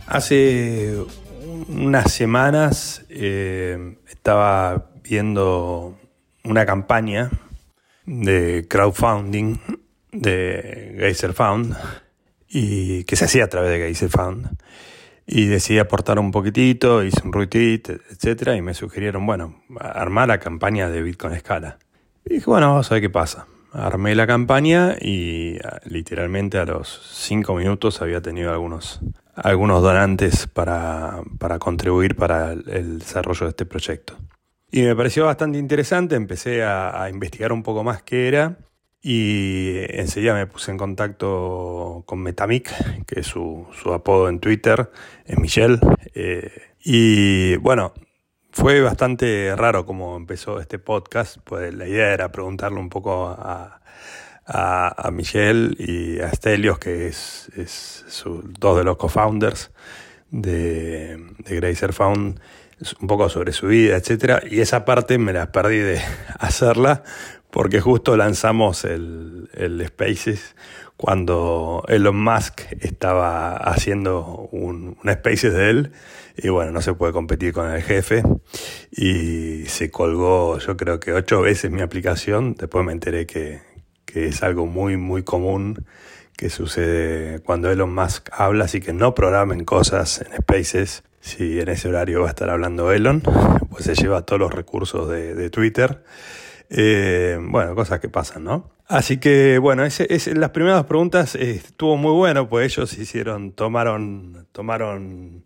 Hace unas semanas estaba viendo una campaña de crowdfunding de Geyser Fund y que se hacía a través de Geyser Fund, y decidí aportar un poquitito, hice un retweet, etcétera, y me sugirieron, bueno, armar la campaña de Bitcoin Scala. Y dije, bueno, vamos a ver qué pasa. Armé la campaña y literalmente a los 5 minutos había tenido algunos donantes para contribuir para el desarrollo de este proyecto. Y me pareció bastante interesante, empecé a investigar un poco más qué era y enseguida me puse en contacto con Metamic, que es su apodo en Twitter, es Michel. Y bueno, fue bastante raro cómo empezó este podcast, pues la idea era preguntarle un poco a Michel y a Stelios, que es dos de los co-founders de Geyser Fund, un poco sobre su vida, etcétera, y esa parte me la perdí de hacerla porque justo lanzamos el Spaces cuando Elon Musk estaba haciendo un Spaces de él, y bueno, no se puede competir con el jefe, y se colgó yo creo que 8 veces mi aplicación. Después me enteré que es algo muy muy común que sucede cuando Elon Musk habla, así que no programen cosas en Spaces. Si en ese horario va a estar hablando Elon, pues se lleva todos los recursos de Twitter. Bueno, cosas que pasan, ¿no? Así que, bueno, las primeras preguntas estuvo muy bueno, pues ellos tomaron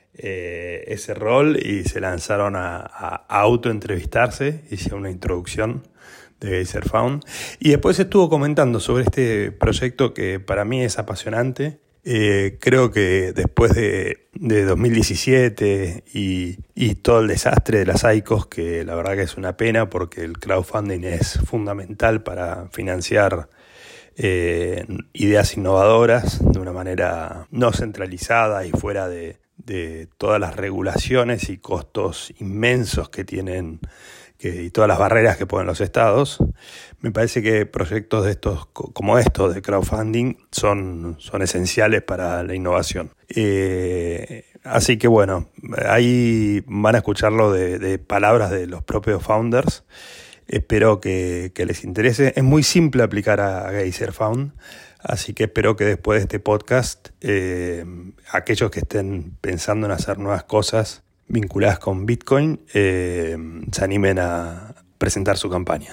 ese rol y se lanzaron a autoentrevistarse, hicieron una introducción de Geyser Fund, y después estuvo comentando sobre este proyecto que para mí es apasionante. Creo que después de 2017 y todo el desastre de las ICOs, que la verdad que es una pena porque el crowdfunding es fundamental para financiar ideas innovadoras de una manera no centralizada y fuera de todas las regulaciones y costos inmensos que tienen y todas las barreras que ponen los estados. Me parece que proyectos de estos, como estos de crowdfunding, son esenciales para la innovación. Así que bueno, ahí van a escucharlo de palabras de los propios founders. Espero que les interese. Es muy simple aplicar a Geyser Fund, así que espero que después de este podcast, aquellos que estén pensando en hacer nuevas cosas vinculadas con Bitcoin, se animen a presentar su campaña.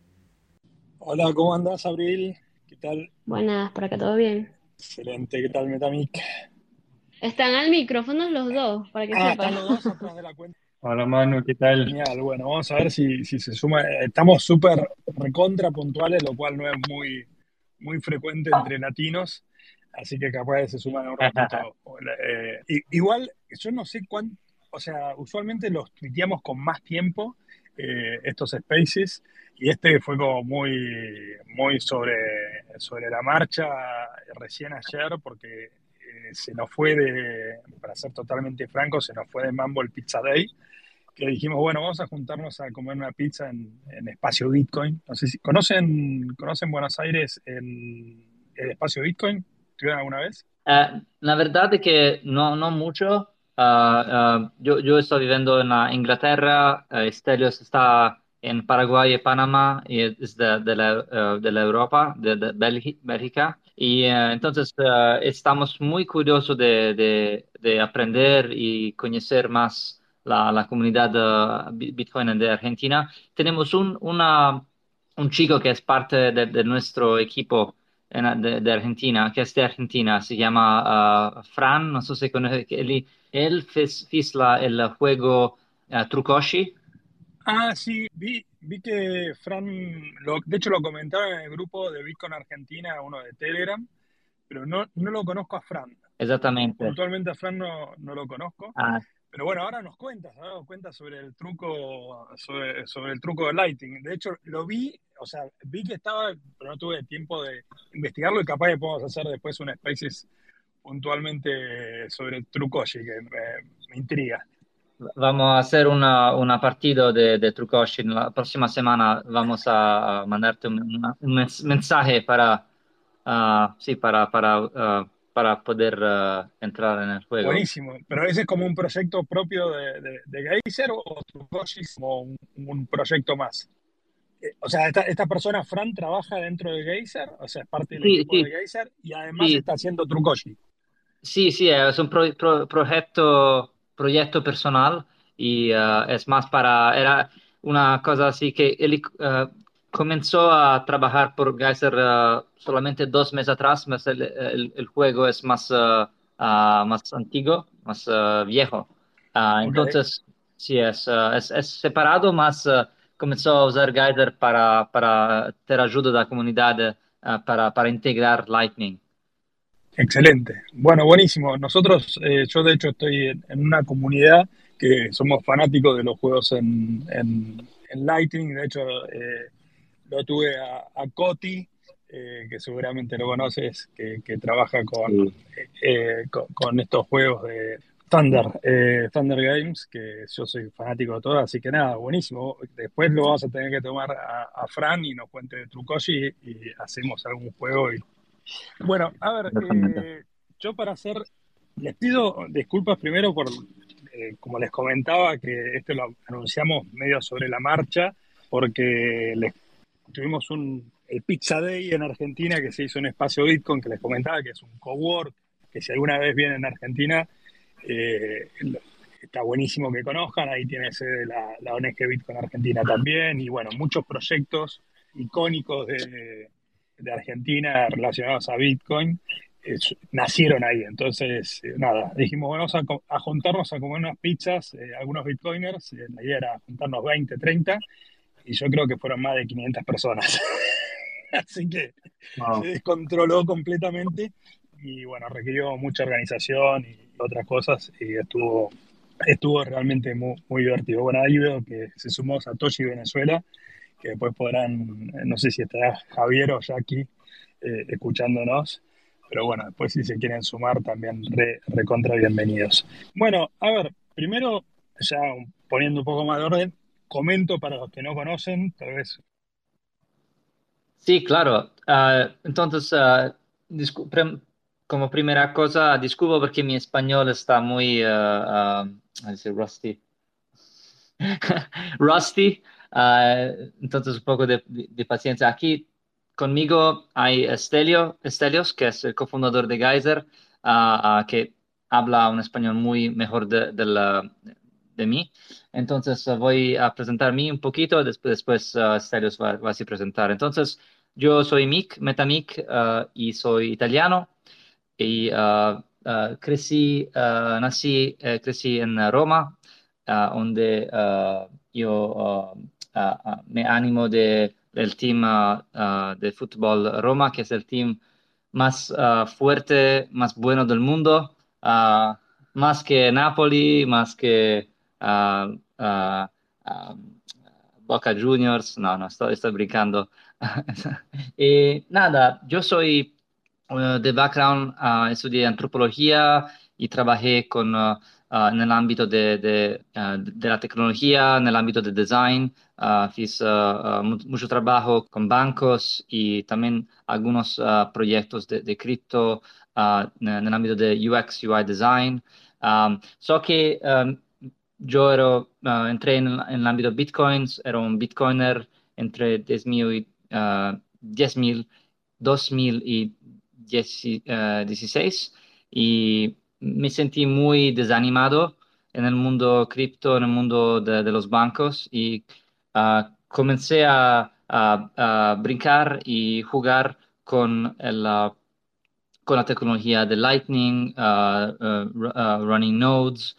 Hola, ¿cómo andás, Abril? ¿Qué tal? Buenas, por acá todo bien. Excelente, ¿qué tal, Metamic? Están al micrófono los dos, para que Ah, sepas. están los dos atrás de la cuenta. Hola Manu, ¿qué tal? Genial, bueno, vamos a ver si se suma. Estamos súper recontra puntuales, lo cual no es muy frecuente entre latinos, así que capaz que se suman en un ratito. Igual, yo no sé cuánto, o sea, usualmente los tuiteamos con más tiempo, estos spaces, y este fue como muy sobre la marcha recién ayer, porque se nos fue para ser totalmente franco, se nos fue de mambo el Pizza Day, que dijimos, bueno, vamos a juntarnos a comer una pizza en Espacio Bitcoin. No sé si conocen Buenos Aires, el Espacio Bitcoin. ¿Estuvieron alguna vez? La verdad es que no mucho. Yo estoy viviendo en Inglaterra, Stelios está en Paraguay y Panamá, y es de la Europa, de Bélgica. Y entonces estamos muy curiosos de aprender y conocer más la comunidad Bitcoin de Argentina. Tenemos un chico que es parte de nuestro equipo de Argentina, que es de Argentina, se llama Fran, no sé si conoce, que él hizo el juego Trucoshi. Ah, sí, vi que Fran, de hecho lo comentaron en el grupo de Bitcoin Argentina, uno de Telegram, pero no lo conozco a Fran. Exactamente. Puntualmente a Fran no lo conozco. Ah, Pero bueno, ahora nos cuentas sobre el truco, sobre el truco de Lighting. De hecho, lo vi, o sea, vi que estaba, pero no tuve tiempo de investigarlo, y capaz que podemos hacer después un Spaces puntualmente sobre el Trucoshi, que me intriga. Vamos a hacer una partida de Trucoshi. La próxima semana vamos a mandarte un mensaje para para poder entrar en el juego. Buenísimo. Pero ese es como un proyecto propio de Geyser o Trucoshi es como un proyecto más. O sea, esta persona, Fran, trabaja dentro de Geyser, o sea, es parte del Sí, equipo de sí, Geyser y además sí, está haciendo Trucoshi. sí, sí, es un proyecto personal y es más era una cosa así que él comenzó a trabajar por Geyser solamente 2 meses atrás, mas el juego es más antiguo, más viejo. Ok, Entonces, sí, es separado, mas comenzó a usar Geyser para ter ayuda de la comunidad para integrar Lightning. excelente. Bueno, buenísimo. Nosotros, yo de hecho estoy en una comunidad que somos fanáticos de los juegos en Lightning. De hecho, lo tuve a Coti, que seguramente lo conoces, que trabaja Sí. con estos juegos de Thunder Games, que yo soy fanático de todo, así que nada, buenísimo. Después lo vamos a tener que tomar a Fran y nos cuente de Trucoshi y hacemos algún juego. Bueno, a ver, Totalmente. yo para hacer, les pido disculpas primero por, como les comentaba, que esto lo anunciamos medio sobre la marcha, porque tuvimos el Pizza Day en Argentina que se hizo en Espacio Bitcoin, que les comentaba que es un cowork, que si alguna vez vienen a Argentina, eh, está buenísimo que conozcan, ahí tiene sede la ONG Bitcoin Argentina también, y bueno, muchos proyectos icónicos de Argentina relacionados a Bitcoin nacieron ahí. Entonces, nada, dijimos, bueno, vamos a juntarnos a comer unas pizzas, algunos Bitcoiners, la idea era juntarnos 20 30 y yo creo que fueron más de 500 personas. Así que se Wow. descontroló completamente y bueno, requirió mucha organización y otras cosas y estuvo realmente muy, muy divertido. Bueno, ahí veo que se sumó Satoshi Venezuela, que después podrán, no sé si estará Javier o Jackie escuchándonos, pero bueno, después si se quieren sumar también recontra bienvenidos. Bueno, a ver, primero, ya poniendo un poco más de orden, comento para los que no conocen, tal vez. Sí, claro. Entonces, como primera cosa, disculpo porque mi español está muy, rusty. Rusty. Entonces, un poco de paciencia. Aquí conmigo hay Estelios, que es el cofundador de Geyser, que habla un español muy mejor de mí. Entonces, voy a presentarme un poquito, después Stelios va a se presentar. Entonces, yo soy Metamic, y soy italiano y crecí en Roma, donde yo me animo del team de fútbol Roma, que es el team más fuerte, más bueno del mundo, más que Napoli, más que ah, ah, ah, Boca Juniors. No, no, estoy brincando. Y nada, yo soy de background, estudié antropología y trabajé en el ámbito de la tecnología, en el ámbito de design. Hice mucho trabajo con bancos y también algunos proyectos de cripto en el ámbito de UX, UI design. So que entré en el ámbito de bitcoins, era un bitcoiner entre 10.000, 2016 y me sentí muy desanimado en el mundo cripto, en el mundo de los bancos y comencé a brincar y jugar con la tecnología de Lightning, running nodes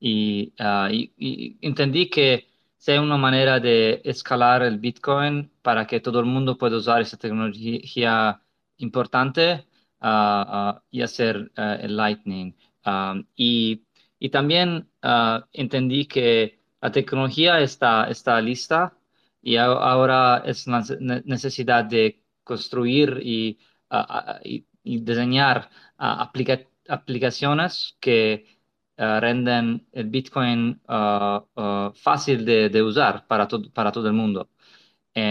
y entendí que si hay una manera de escalar el Bitcoin para que todo el mundo pueda usar esa tecnología importante y hacer el Lightning. Y también entendí que la tecnología está lista y ahora es la necesidad de construir y diseñar aplicaciones que renden el Bitcoin fácil de usar para todo el mundo.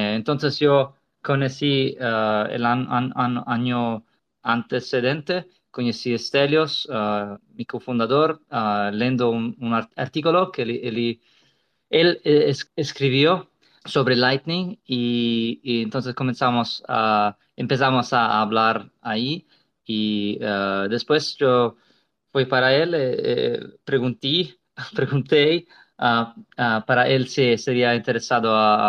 Entonces yo conocí el año antecedente conocí a Stelios, mi cofundador, leyendo un artículo que él escribió sobre Lightning y entonces empezamos a hablar ahí y después yo fui para él, pregunté para él si sería interesado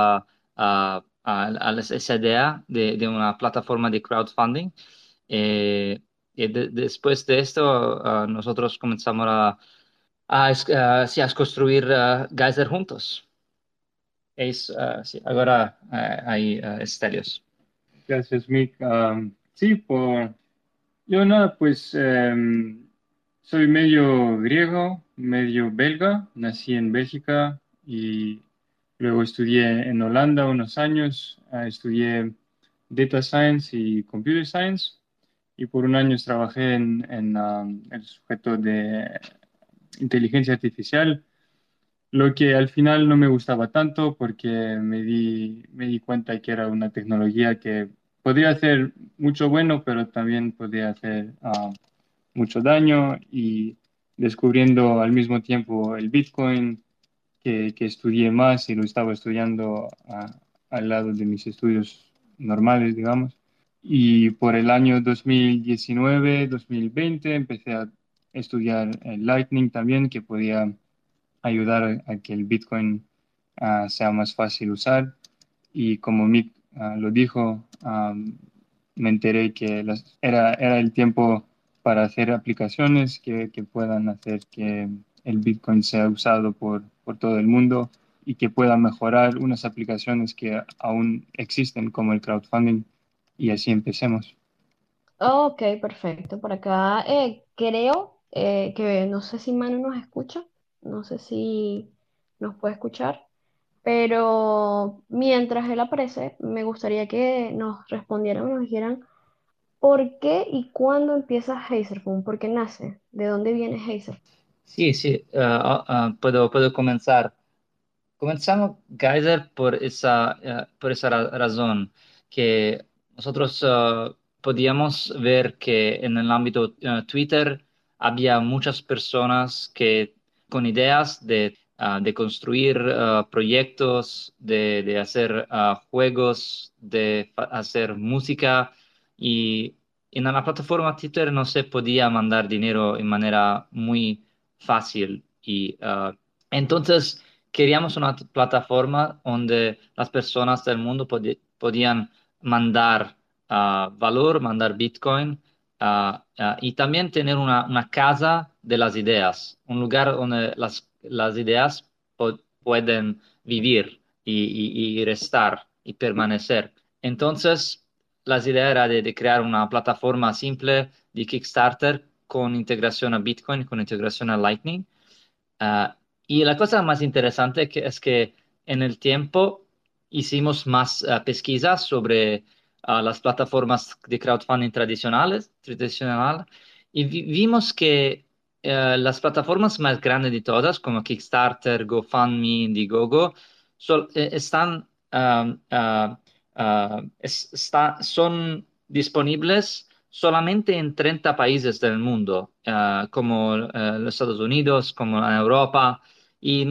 a esa idea de una plataforma de crowdfunding. Eh, Después de esto, nosotros comenzamos sí, a construir Geyser juntos. Sí, ahora hay estadios. Gracias, Mick. Sí, yo nada, pues soy medio griego, medio belga. Nací en Bélgica y luego estudié en Holanda unos años. Estudié Data Science y Computer Science. Y por un año trabajé en el sujeto de inteligencia artificial, lo que al final no me gustaba tanto porque me di cuenta que era una tecnología que podría hacer mucho bueno, pero también podría hacer mucho daño y descubriendo al mismo tiempo el Bitcoin que estudié más y lo estaba estudiando al lado de mis estudios normales, digamos. Y por el año 2019-2020 empecé a estudiar el Lightning también, que podía ayudar a que el Bitcoin sea más fácil usar. Y como Mick lo dijo, me enteré que era el tiempo para hacer aplicaciones que puedan hacer que el Bitcoin sea usado por todo el mundo y que pueda mejorar unas aplicaciones que aún existen como el crowdfunding. Y así empecemos. Ok, perfecto. Por acá creo que no sé si Manu nos escucha, no sé si nos puede escuchar, pero mientras él aparece, me gustaría que nos respondieran, nos dijeran por qué y cuándo empieza Hazerfund, por qué nace, de dónde viene Hazerfund. Sí, sí, puedo comenzar. Comenzamos Geyser por esa razón, que nosotros podíamos ver que en el ámbito Twitter había muchas personas que con ideas de construir proyectos, de hacer juegos, hacer música y en la plataforma Twitter no se podía mandar dinero en manera muy fácil y entonces queríamos una plataforma donde las personas del mundo podían mandar valor, mandar Bitcoin, y también tener una casa de las ideas, un lugar donde las ideas pueden vivir y restar y permanecer. Entonces, las ideas era de crear una plataforma simple de Kickstarter con integración a Bitcoin, con integración a Lightning. Y la cosa más interesante es que en el tiempo hicimos más pesquisas sobre las plataformas de crowdfunding tradicional, y vimos que las plataformas más grandes de todas, como Kickstarter, GoFundMe, Indiegogo, están, son disponibles solamente en 30 países del mundo, como los Estados Unidos, como en Europa, y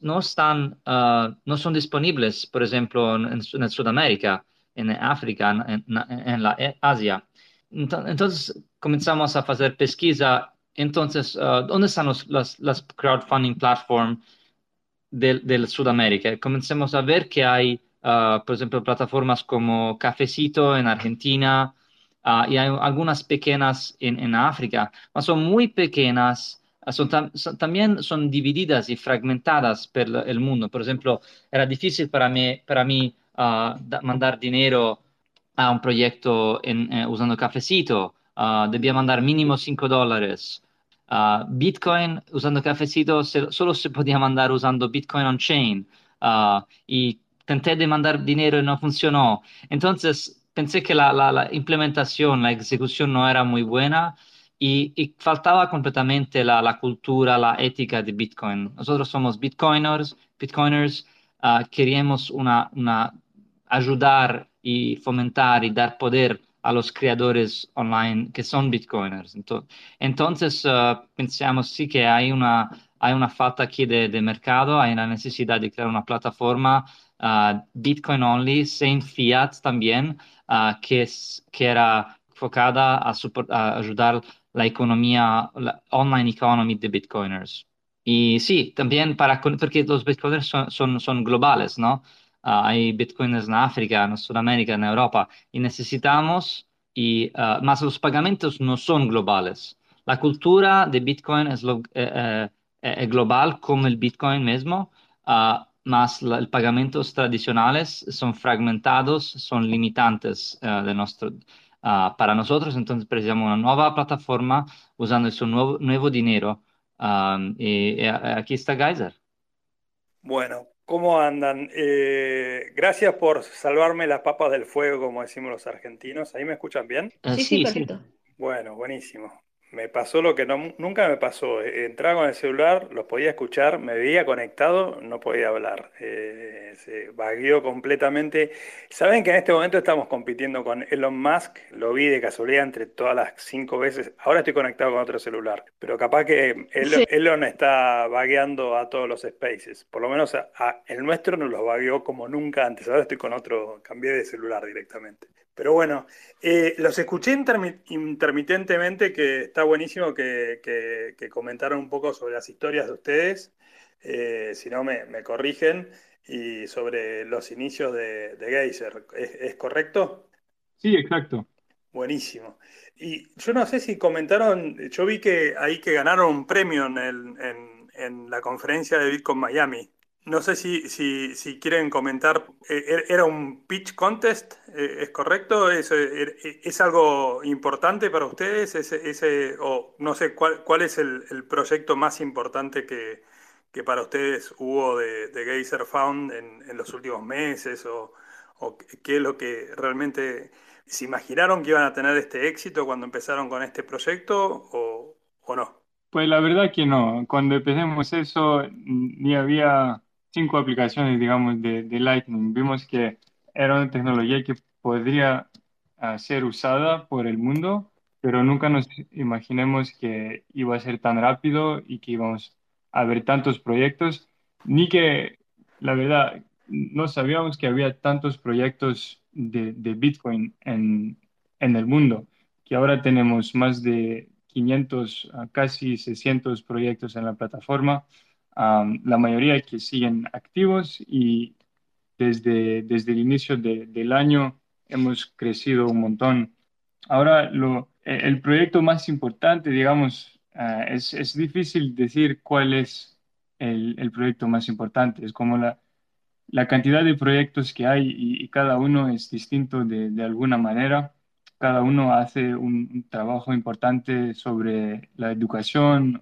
no son disponibles, por ejemplo, en Sudamérica, en África, en la Asia. Entonces comenzamos a hacer pesquisa. Entonces, ¿dónde están las crowdfunding platforms del Sudamérica? Comencemos a ver que hay, por ejemplo, plataformas como Cafecito en Argentina, y hay algunas pequeñas en África, pero son muy pequeñas, también son divididas y fragmentadas por el mundo. Por ejemplo, era difícil para mí mandar dinero a un proyecto usando Cafecito. Debía mandar mínimo $5. Bitcoin usando Cafecito solo se podía mandar usando Bitcoin on Chain. Y intenté de mandar dinero y no funcionó. Entonces pensé que la implementación, la ejecución no era muy buena y faltaba completamente la cultura, la ética de Bitcoin. Nosotros somos Bitcoiners, queríamos ayudar y fomentar y dar poder a los creadores online que son Bitcoiners. Entonces, pensamos sí que hay una falta aquí de mercado, hay una necesidad de crear una plataforma Bitcoin only, sin fiat también, que era enfocada a ayudar la economía, la online economy de Bitcoiners. Y sí, también porque los Bitcoiners son globales, ¿no? Hay Bitcoiners en África, en Sudamérica, en Europa, y necesitamos, más los pagamentos no son globales. La cultura de Bitcoin es global como el Bitcoin mismo, más los pagamentos tradicionales son fragmentados, son limitantes para nosotros, entonces precisamos una nueva plataforma usando su nuevo dinero. Aquí está Geyser. Bueno, ¿cómo andan? Gracias por salvarme las papas del fuego, como decimos los argentinos. ¿Ahí me escuchan bien? Sí, sí, Sí, sí. perfecto. Bueno, buenísimo. Me pasó lo que nunca me pasó. Entraba con el celular, los podía escuchar, me veía conectado, no podía hablar. Se vagueó completamente. Saben que en este momento estamos compitiendo con Elon Musk. Lo vi de casualidad entre todas las 5 veces. Ahora estoy conectado con otro celular. Pero capaz que Sí. Elon está vagueando a todos los spaces. Por lo menos el nuestro nos los vagueó como nunca antes. Ahora estoy con otro, cambié de celular directamente. Pero bueno. Los escuché intermitentemente, que está buenísimo que comentaron un poco sobre las historias de ustedes, si no me corrigen, y sobre los inicios de Geyser. ¿Es correcto? Sí, exacto. Buenísimo. Y yo no sé si comentaron, yo vi que ahí que ganaron un premio en la conferencia de Bitcoin Miami. No sé si quieren comentar, ¿era un pitch contest? ¿Es correcto? ¿Es algo importante para ustedes? O no sé, ¿cuál es el proyecto más importante que para ustedes hubo de Geyser Found en los últimos meses? ¿O qué es lo que realmente se imaginaron que iban a tener este éxito cuando empezaron con este proyecto o no? Pues la verdad que no. Cuando empecemos eso, ni había 5 aplicaciones, digamos, de Lightning. Vimos que era una tecnología que podría ser usada por el mundo, pero nunca nos imaginemos que iba a ser tan rápido y que íbamos a ver tantos proyectos, ni que, la verdad, no sabíamos que había tantos proyectos de Bitcoin en el mundo, que ahora tenemos más de 500 a casi 600 proyectos en la plataforma, la mayoría que siguen activos y desde el inicio del año hemos crecido un montón. Ahora, el proyecto más importante, digamos, es difícil decir cuál es el proyecto más importante. Es como la cantidad de proyectos que hay y cada uno es distinto de alguna manera. Cada uno hace un trabajo importante sobre la educación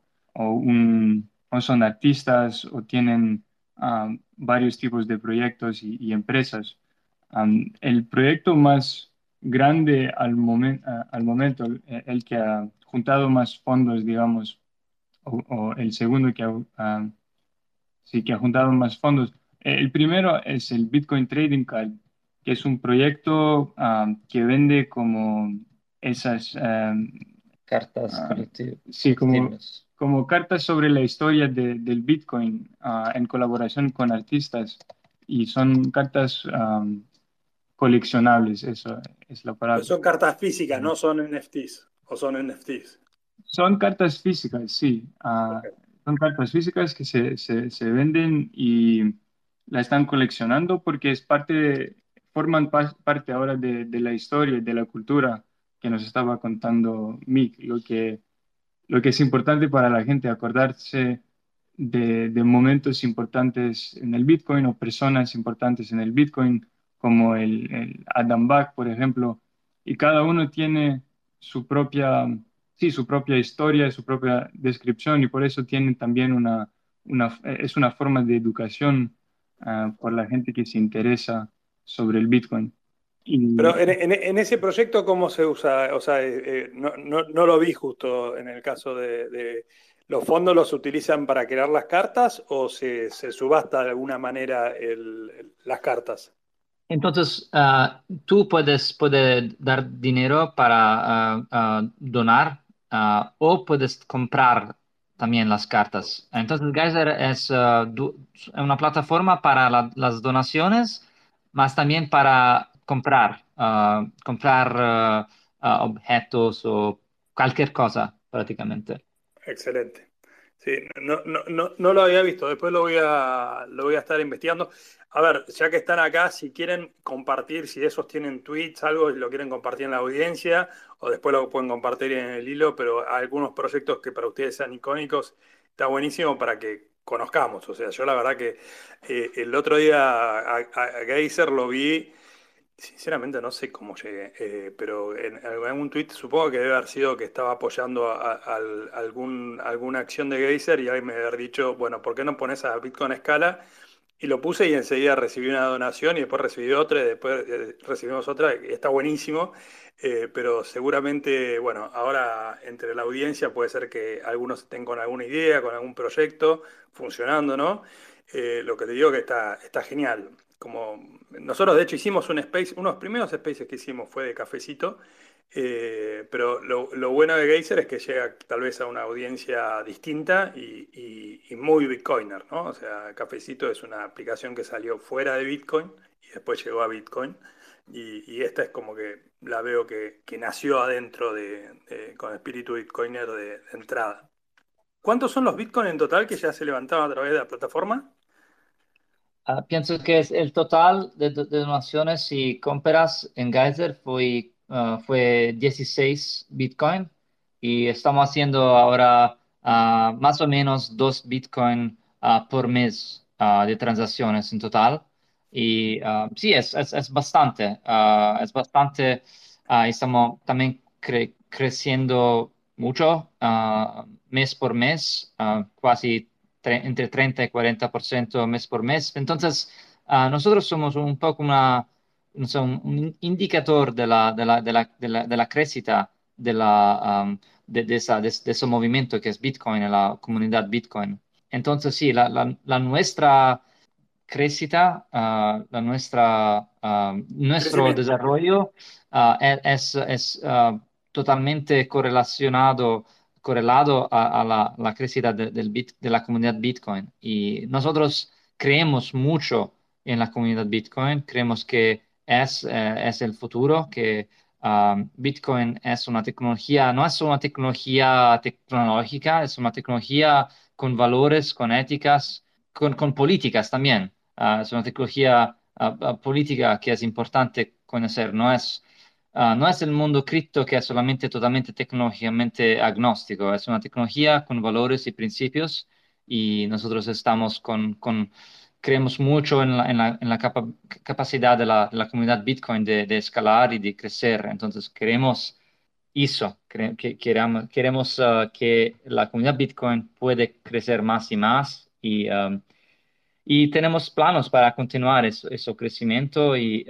o son artistas o tienen varios tipos de proyectos y empresas. El proyecto más grande al momento, el que ha juntado más fondos, digamos, o el segundo sí, que ha juntado más fondos. El primero es el Bitcoin Trading Card, que es un proyecto que vende como esas, Cartas ah, sí, coleccionables. como cartas sobre la historia del Bitcoin en colaboración con artistas. Y son cartas coleccionables, eso es la Pero palabra. son cartas físicas, no son NFTs, o son NFTs. Son cartas físicas, sí. Ok. Son cartas físicas que se venden y la están coleccionando porque forman parte ahora de la historia y de la cultura que nos estaba contando Mick. Lo que es importante para la gente acordarse de momentos importantes en el Bitcoin o personas importantes en el Bitcoin, como el Adam Back, por ejemplo, y cada uno tiene su propia, sí, su propia historia, su propia descripción, y por eso tienen también es una forma de educación por la gente que se interesa sobre el Bitcoin. Pero Y en ese proyecto, ¿cómo se usa? O sea, no lo vi justo en el caso ¿los fondos los utilizan para crear las cartas o se subasta de alguna manera las cartas? Entonces, tú puedes dar dinero para donar o puedes comprar también las cartas. Entonces, Geyser es una plataforma para las donaciones, más también para comprar objetos o cualquier cosa prácticamente. Excelente. Sí, no lo había visto, después lo voy a estar investigando. A ver, ya que están acá, si quieren compartir, si esos tienen tweets, algo, y lo quieren compartir en la audiencia, o después lo pueden compartir en el hilo, pero algunos proyectos que para ustedes sean icónicos, está buenísimo para que conozcamos. O sea, yo la verdad que el otro día a Geyser lo vi. Sinceramente no sé cómo llegué, pero en algún tuit supongo que debe haber sido que estaba apoyando alguna acción de Geyser y alguien me debe haber dicho, bueno, ¿por qué no pones a Bitcoin a escala? Y lo puse y enseguida recibí una donación y después recibí otra y después recibimos otra y está buenísimo, pero seguramente, bueno, ahora entre la audiencia puede ser que algunos estén con alguna idea, con algún proyecto funcionando, ¿no? Lo que te digo que está genial. Como nosotros de hecho hicimos un space, uno de los primeros spaces que hicimos fue de cafecito, pero lo bueno de Geyser es que llega tal vez a una audiencia distinta y muy Bitcoiner, ¿no? O sea, Cafecito es una aplicación que salió fuera de Bitcoin y después llegó a Bitcoin. Y esta es como que la veo que nació adentro con espíritu Bitcoiner de entrada. ¿Cuántos son los Bitcoin en total que ya se levantaban a través de la plataforma? Pienso que es el total de donaciones y compras en Geyser fue 16 Bitcoin y estamos haciendo ahora más o menos 2 Bitcoin por mes de transacciones en total. Y sí, es bastante, es bastante. Estamos también creciendo mucho mes por mes, casi entre 30 y 40% mes por mes. Entonces, nosotros somos un poco no sé, un indicador de la crecida de ese movimiento que es Bitcoin, en la comunidad Bitcoin. Entonces, sí, la nuestra crecida, nuestro Crecimiento. desarrollo es totalmente correlado a la crecida de la comunidad Bitcoin. Y nosotros creemos mucho en la comunidad Bitcoin, creemos que es el futuro, que Bitcoin es una tecnología, no es una tecnología tecnológica, es una tecnología con valores, con éticas, con políticas también. Es una tecnología política que es importante conocer, no es el mundo cripto que es solamente totalmente tecnológicamente agnóstico, es una tecnología con valores y principios y nosotros creemos mucho en la capacidad de la comunidad Bitcoin de escalar y de crecer, entonces queremos eso, queremos que la comunidad Bitcoin puede crecer más y más y tenemos planos para continuar ese crecimiento y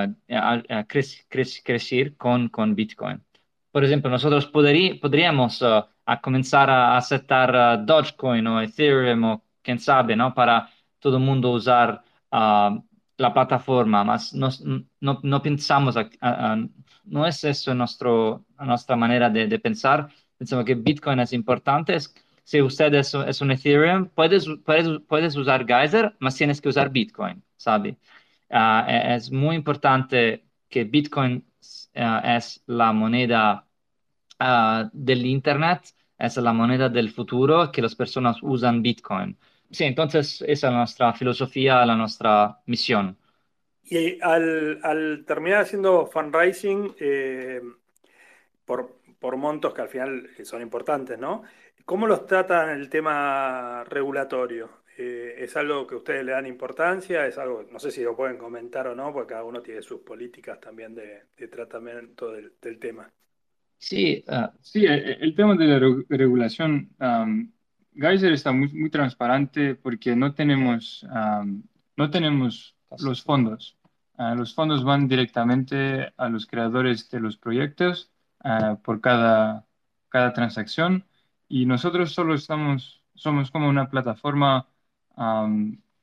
crecer con Bitcoin. Por ejemplo, nosotros podríamos comenzar a aceptar Dogecoin o Ethereum o quién sabe, ¿no? Para todo el mundo usar la plataforma, mas no pensamos, no es eso nuestra manera de pensar. Pensamos que Bitcoin es importante, si usted es un Ethereum, puedes usar Geyser, mas tienes que usar Bitcoin, ¿sabe? Es muy importante que Bitcoin es la moneda del Internet, es la moneda del futuro, que las personas usan Bitcoin. Sí, entonces esa es nuestra filosofía, la nuestra misión. Y al terminar haciendo fundraising, por montos que al final son importantes, ¿no? ¿Cómo los tratan el tema regulatorio? ¿Es algo que ustedes le dan importancia? ¿Es algo, no sé si lo pueden comentar o no, porque cada uno tiene sus políticas también de tratamiento del tema? Sí, Sí, el tema de la regulación, Geyser está muy, muy transparente porque no tenemos los fondos. Los fondos van directamente a los creadores de los proyectos por cada transacción y nosotros solo somos como una plataforma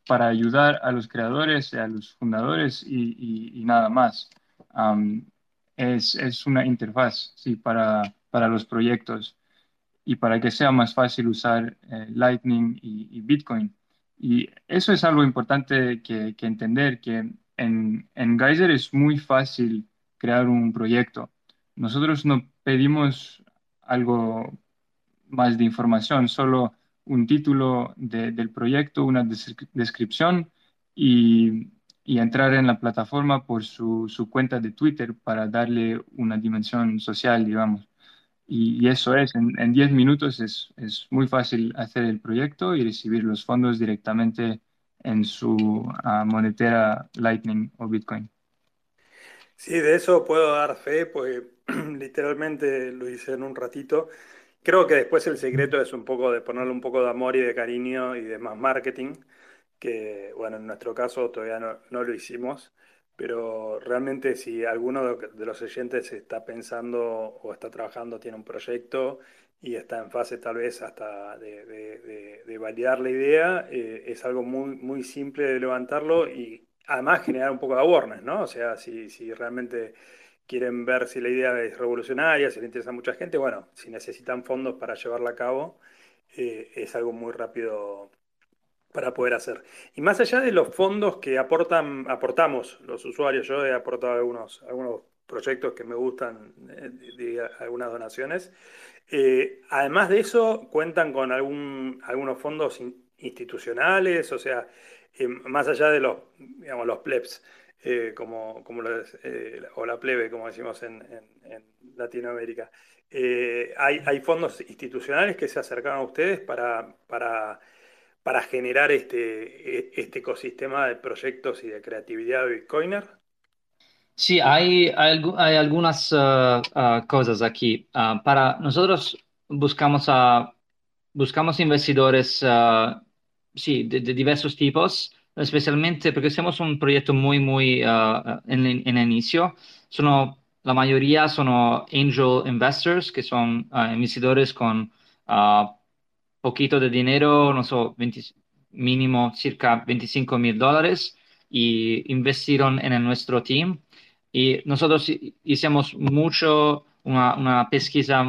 para ayudar a los creadores, a los fundadores y nada más. Am, es una interfaz, sí, para los proyectos y para que sea más fácil usar Lightning y Bitcoin. Y eso es algo importante que entender, que en Geyser es muy fácil crear un proyecto. Nosotros no pedimos algo más de información, solo un título del proyecto, una descripción y entrar en la plataforma por su cuenta de Twitter para darle una dimensión social, digamos. Y eso es, en 10 minutos es muy fácil hacer el proyecto y recibir los fondos directamente en su monedera Lightning o Bitcoin. Sí, de eso puedo dar fe, pues literalmente lo hice en un ratito. Creo que después el secreto es un poco de ponerle un poco de amor y de cariño y de más marketing, que bueno, en nuestro caso todavía no lo hicimos, pero realmente si alguno de los oyentes está pensando o está trabajando, tiene un proyecto y está en fase tal vez hasta de validar la idea, es algo muy simple de levantarlo y además generar un poco de awareness, ¿no? O sea, si realmente quieren ver si la idea es revolucionaria, si le interesa a mucha gente, bueno, si necesitan fondos para llevarla a cabo, es algo muy rápido para poder hacer. Y más allá de los fondos que aportamos los usuarios, yo he aportado algunos proyectos que me gustan, algunas donaciones. Además de eso, cuentan con algunos fondos institucionales, o sea, más allá de digamos, los plebs, o la plebe, como decimos en Latinoamérica. Hay fondos institucionales que se acercaron a ustedes para generar este ecosistema de proyectos y de creatividad de Bitcoiner. Sí, hay algunas cosas aquí. Para nosotros buscamos investidores, sí, de diversos tipos, especialmente porque somos un proyecto muy en el inicio. La mayoría son angel investors, que son investidores con ah, poquito de dinero, no sé, 20 mínimo circa $25,000 y investiron en nuestro team. Y nosotros hicimos una pesquisa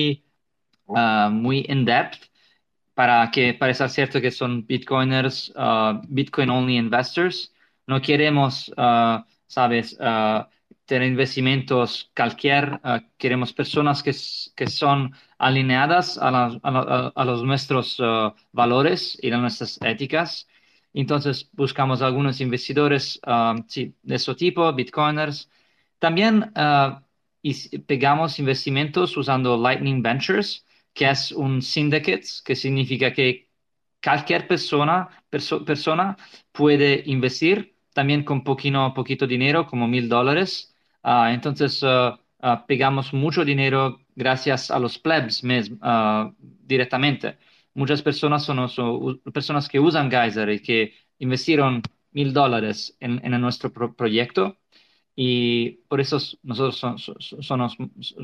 muy in-depth para estar cierto que son Bitcoiners, Bitcoin only investors. No queremos, sabes, tener investimentos cualquier, queremos personas que son alineadas a los nuestros valores y a nuestras éticas. Entonces buscamos algunos investidores, sí, de ese tipo, Bitcoiners. También pegamos investimentos usando Lightning Ventures, que es un syndicate, que significa que cualquier persona puede investir también con poquito dinero, como $1,000. Entonces, pegamos mucho dinero gracias a los plebs directamente. Muchas personas son personas que usan Geyser y que investiron $1,000 en nuestro proyecto y por eso nosotros somos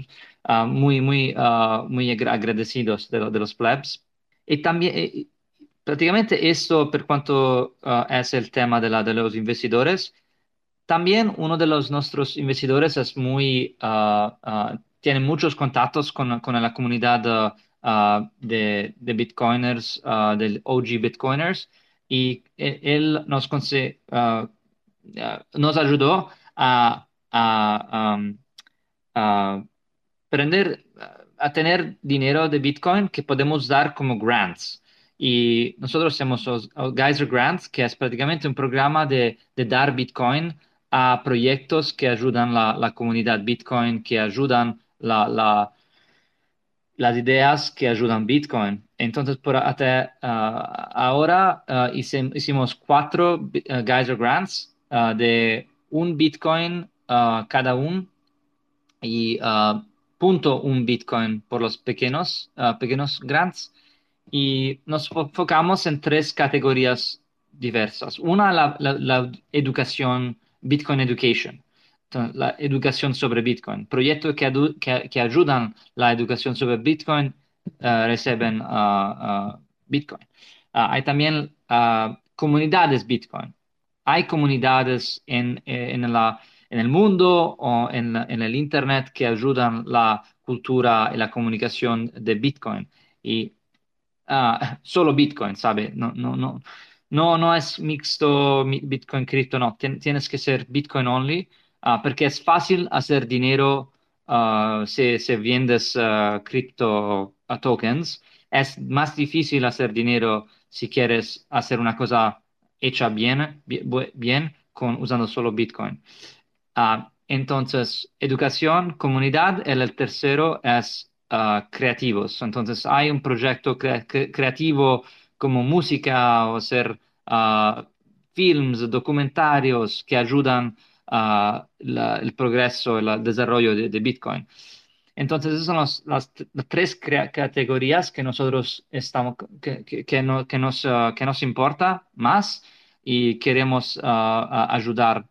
muy agradecidos de los plebs. Y también, prácticamente esto por cuanto es el tema de los investidores. También uno de los nuestros investidores tiene muchos contactos con la comunidad de Bitcoiners, del OG Bitcoiners, y él nos ayudó a aprender a tener dinero de Bitcoin que podemos dar como grants. Y nosotros hacemos los Geyser Grants, que es prácticamente un programa de dar Bitcoin a proyectos que ayudan la comunidad Bitcoin, que ayudan las ideas que ayudan Bitcoin. Entonces, ahora hicimos 4 Geyser Grants de un Bitcoin cada uno y punto un Bitcoin por los pequeños grants. Y nos enfocamos en 3 categorías diversas. Una, la educación, Bitcoin Education. Entonces, la educación sobre Bitcoin. Proyectos que ayudan la educación sobre Bitcoin reciben Bitcoin. Hay también comunidades Bitcoin. Hay comunidades en el mundo o en el Internet que ayudan la cultura y la comunicación de Bitcoin. Y solo Bitcoin, ¿sabe? No es mixto Bitcoin cripto, no. Tienes que ser Bitcoin only, porque es fácil hacer dinero si vendes cripto tokens. Es más difícil hacer dinero si quieres hacer una cosa hecha bien usando solo Bitcoin. Entonces, educación, comunidad, el tercero es creativos. Entonces, hay un proyecto creativo como música o hacer films, documentarios que ayudan el progreso, el desarrollo de Bitcoin. Entonces, esas son las tres categorías que nosotros estamos, que nos importa más y queremos ayudar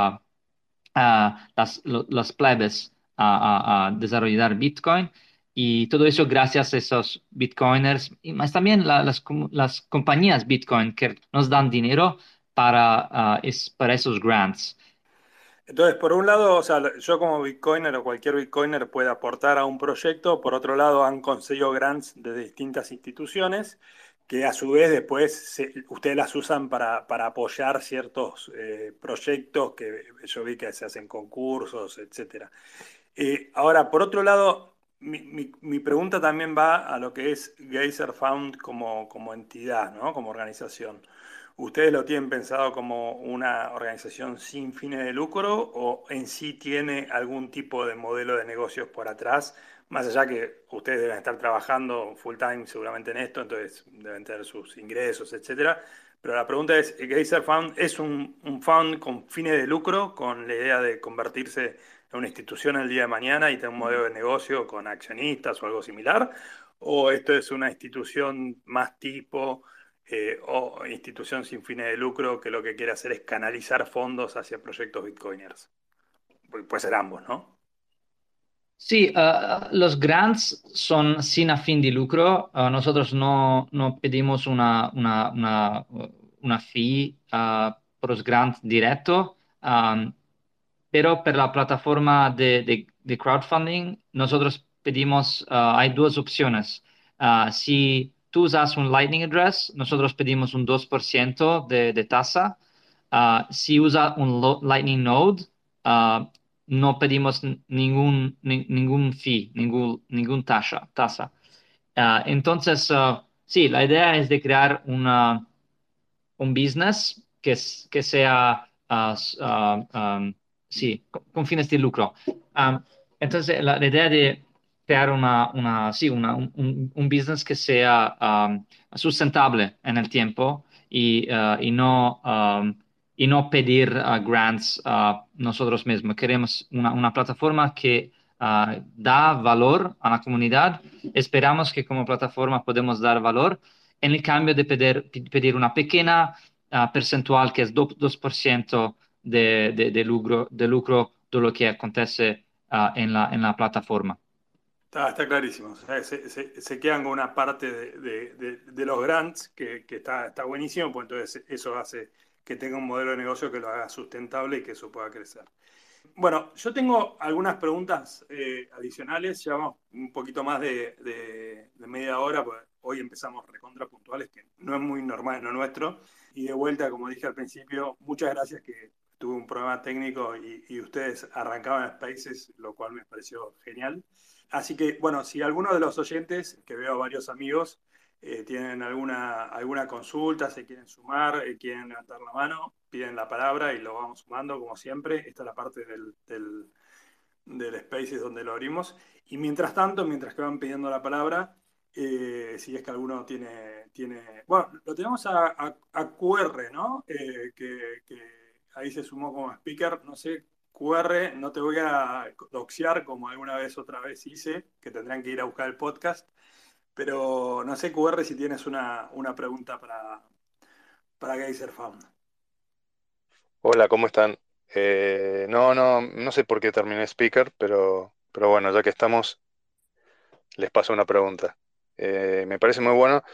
las plebes a desarrollar Bitcoin y todo eso gracias a esos Bitcoiners y más también las compañías Bitcoin que nos dan dinero para esos grants. Entonces, por un lado, o sea, yo como Bitcoiner o cualquier Bitcoiner puede aportar a un proyecto, por otro lado, han conseguido grants de distintas instituciones que a su vez después ustedes las usan para apoyar ciertos proyectos que yo vi que se hacen concursos, etcétera. Ahora, por otro lado, mi pregunta también va a lo que es Geyser Fund como entidad, ¿no? Como organización. ¿Ustedes lo tienen pensado como una organización sin fines de lucro o en sí tiene algún tipo de modelo de negocios por atrás? Más allá que ustedes deben estar trabajando full time seguramente en esto, entonces deben tener sus ingresos, etcétera. Pero la pregunta es, ¿Geyser Fund es un fund con fines de lucro, con la idea de convertirse en una institución el día de mañana y tener un modelo de negocio con accionistas o algo similar? ¿O esto es una institución más tipo o institución sin fines de lucro que lo que quiere hacer es canalizar fondos hacia proyectos bitcoiners? Puede ser ambos, ¿no? Sí, los grants son sin afín de lucro. Nosotros no pedimos una fee por los grants directo. Pero per la plataforma de crowdfunding, nosotros pedimos, hay dos opciones. Si tú usas un Lightning Address, nosotros pedimos un 2% de tasa. Si usa un Lightning Node, ah, no pedimos ningún fee, ningún tasa. Entonces, sí, la idea es de crear un business que sea, sí, con fines de lucro. Entonces, la idea de crear sí, un business que sea sustentable en el tiempo y no pedir grants nosotros mismos. Queremos una plataforma que da valor a la comunidad. Esperamos que como plataforma podemos dar valor en el cambio de pedir una pequeña percentual que es 2% de lucro de lo que acontece en la plataforma. Está clarísimo. O sea, se quedan con una parte de los grants que está buenísimo, pues entonces eso hace que tenga un modelo de negocio que lo haga sustentable y que eso pueda crecer. Bueno, yo tengo algunas preguntas adicionales. Llevamos un poquito más de media hora, pues hoy empezamos recontra puntuales, que no es muy normal en lo nuestro. Y de vuelta, como dije al principio, muchas gracias que tuve un problema técnico y ustedes arrancaban Spaces, lo cual me pareció genial. Así que, bueno, si alguno de los oyentes, que veo varios amigos, tienen alguna consulta, se quieren sumar, quieren levantar la mano, piden la palabra y lo vamos sumando, como siempre. Esta es la parte del Spaces donde lo abrimos. Y mientras tanto, mientras que van pidiendo la palabra, si es que alguno tiene. Bueno, lo tenemos a QR, ¿no? Que ahí se sumó como speaker. No sé, QR, no te voy a doxear como alguna vez otra vez hice, que tendrán que ir a buscar el podcast. Pero no sé, QR, si tienes una pregunta para Geyser Found. Hola, ¿cómo están? No sé por qué terminé speaker, pero bueno, ya que estamos, les paso una pregunta. Me parece muy bueno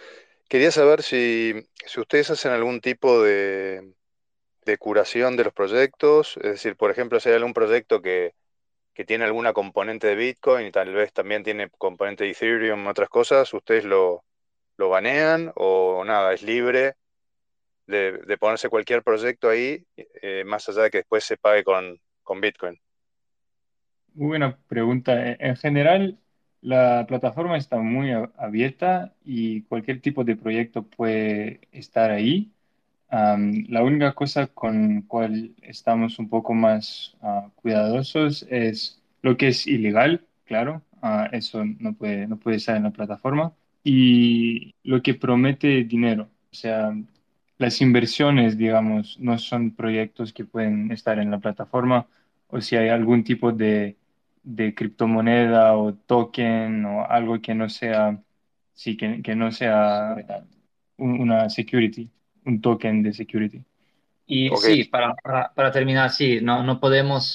Quería saber si ustedes hacen algún tipo de curación de los proyectos, es decir, por ejemplo, si hay algún proyecto que tiene alguna componente de Bitcoin y tal vez también tiene componente de Ethereum, otras cosas, ¿ustedes lo banean o nada, es libre de ponerse cualquier proyecto ahí, más allá de que después se pague con Bitcoin? Muy buena pregunta. En general, la plataforma está muy abierta y cualquier tipo de proyecto puede estar ahí. La única cosa con cual estamos un poco más cuidadosos es lo que es ilegal, claro, eso no puede estar en la plataforma, y lo que promete dinero. O sea, las inversiones, digamos, no son proyectos que pueden estar en la plataforma, o si hay algún tipo de criptomoneda o token o algo que no sea, sí, que no sea una security, un token de security. Y Ok, sí, para terminar, sí, no podemos,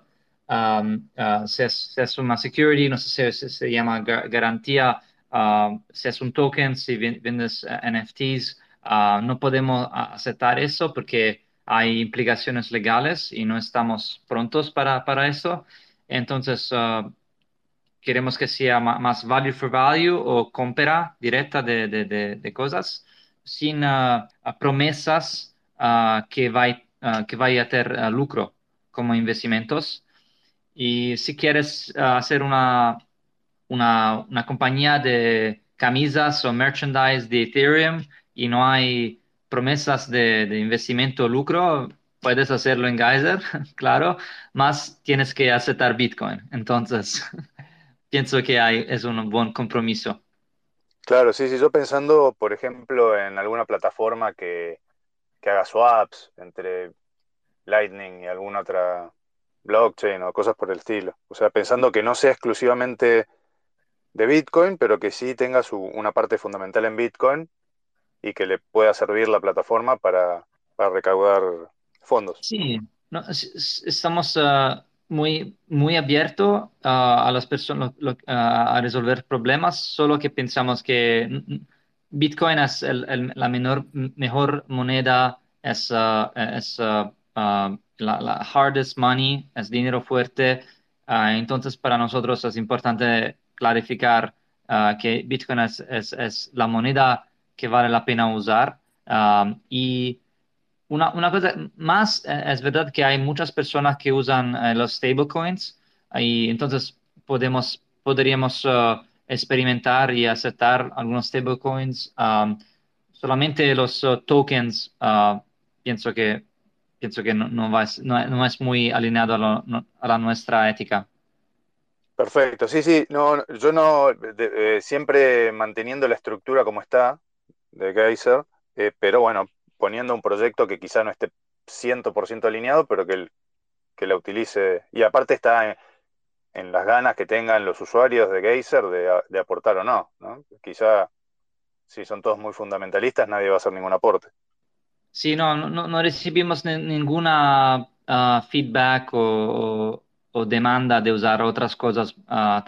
si es una security, no sé si se llama garantía, si es un token, si vendes NFTs, no podemos aceptar eso porque hay implicaciones legales y no estamos prontos para eso. Entonces, queremos que sea más value for value o compra directa de cosas sin promesas que vaya a tener lucro como investimentos. Y si quieres hacer una compañía de camisas o merchandise de Ethereum y no hay promesas de investimento o lucro, puedes hacerlo en Geyser, claro, más tienes que aceptar Bitcoin. Entonces, pienso que es un buen compromiso. claro, sí, sí, yo pensando, por ejemplo, en alguna plataforma que haga swaps entre Lightning y alguna otra blockchain o cosas por el estilo. O sea, pensando que no sea exclusivamente de Bitcoin, pero que sí tenga una parte fundamental en Bitcoin y que le pueda servir la plataforma para recaudar fondos. Sí, no, estamos muy abiertos a las personas a resolver problemas, solo que pensamos que Bitcoin es la mejor moneda, es la hardest money, es dinero fuerte. Entonces, para nosotros es importante clarificar que Bitcoin es la moneda que vale la pena usar. Y una cosa más, es verdad que hay muchas personas que usan los stablecoins y entonces podríamos experimentar y aceptar algunos stablecoins. Solamente los tokens, pienso que no es muy alineado a la nuestra ética. Perfecto, sí, sí, no, yo no, siempre manteniendo la estructura como está de Geyser, pero bueno, poniendo un proyecto que quizá no esté 100% alineado, pero que la utilice. Y aparte está en las ganas que tengan los usuarios de Geyser de aportar o no, ¿no? Quizá si son todos muy fundamentalistas, nadie va a hacer ningún aporte. Sí, no recibimos ninguna feedback o demanda de usar otras cosas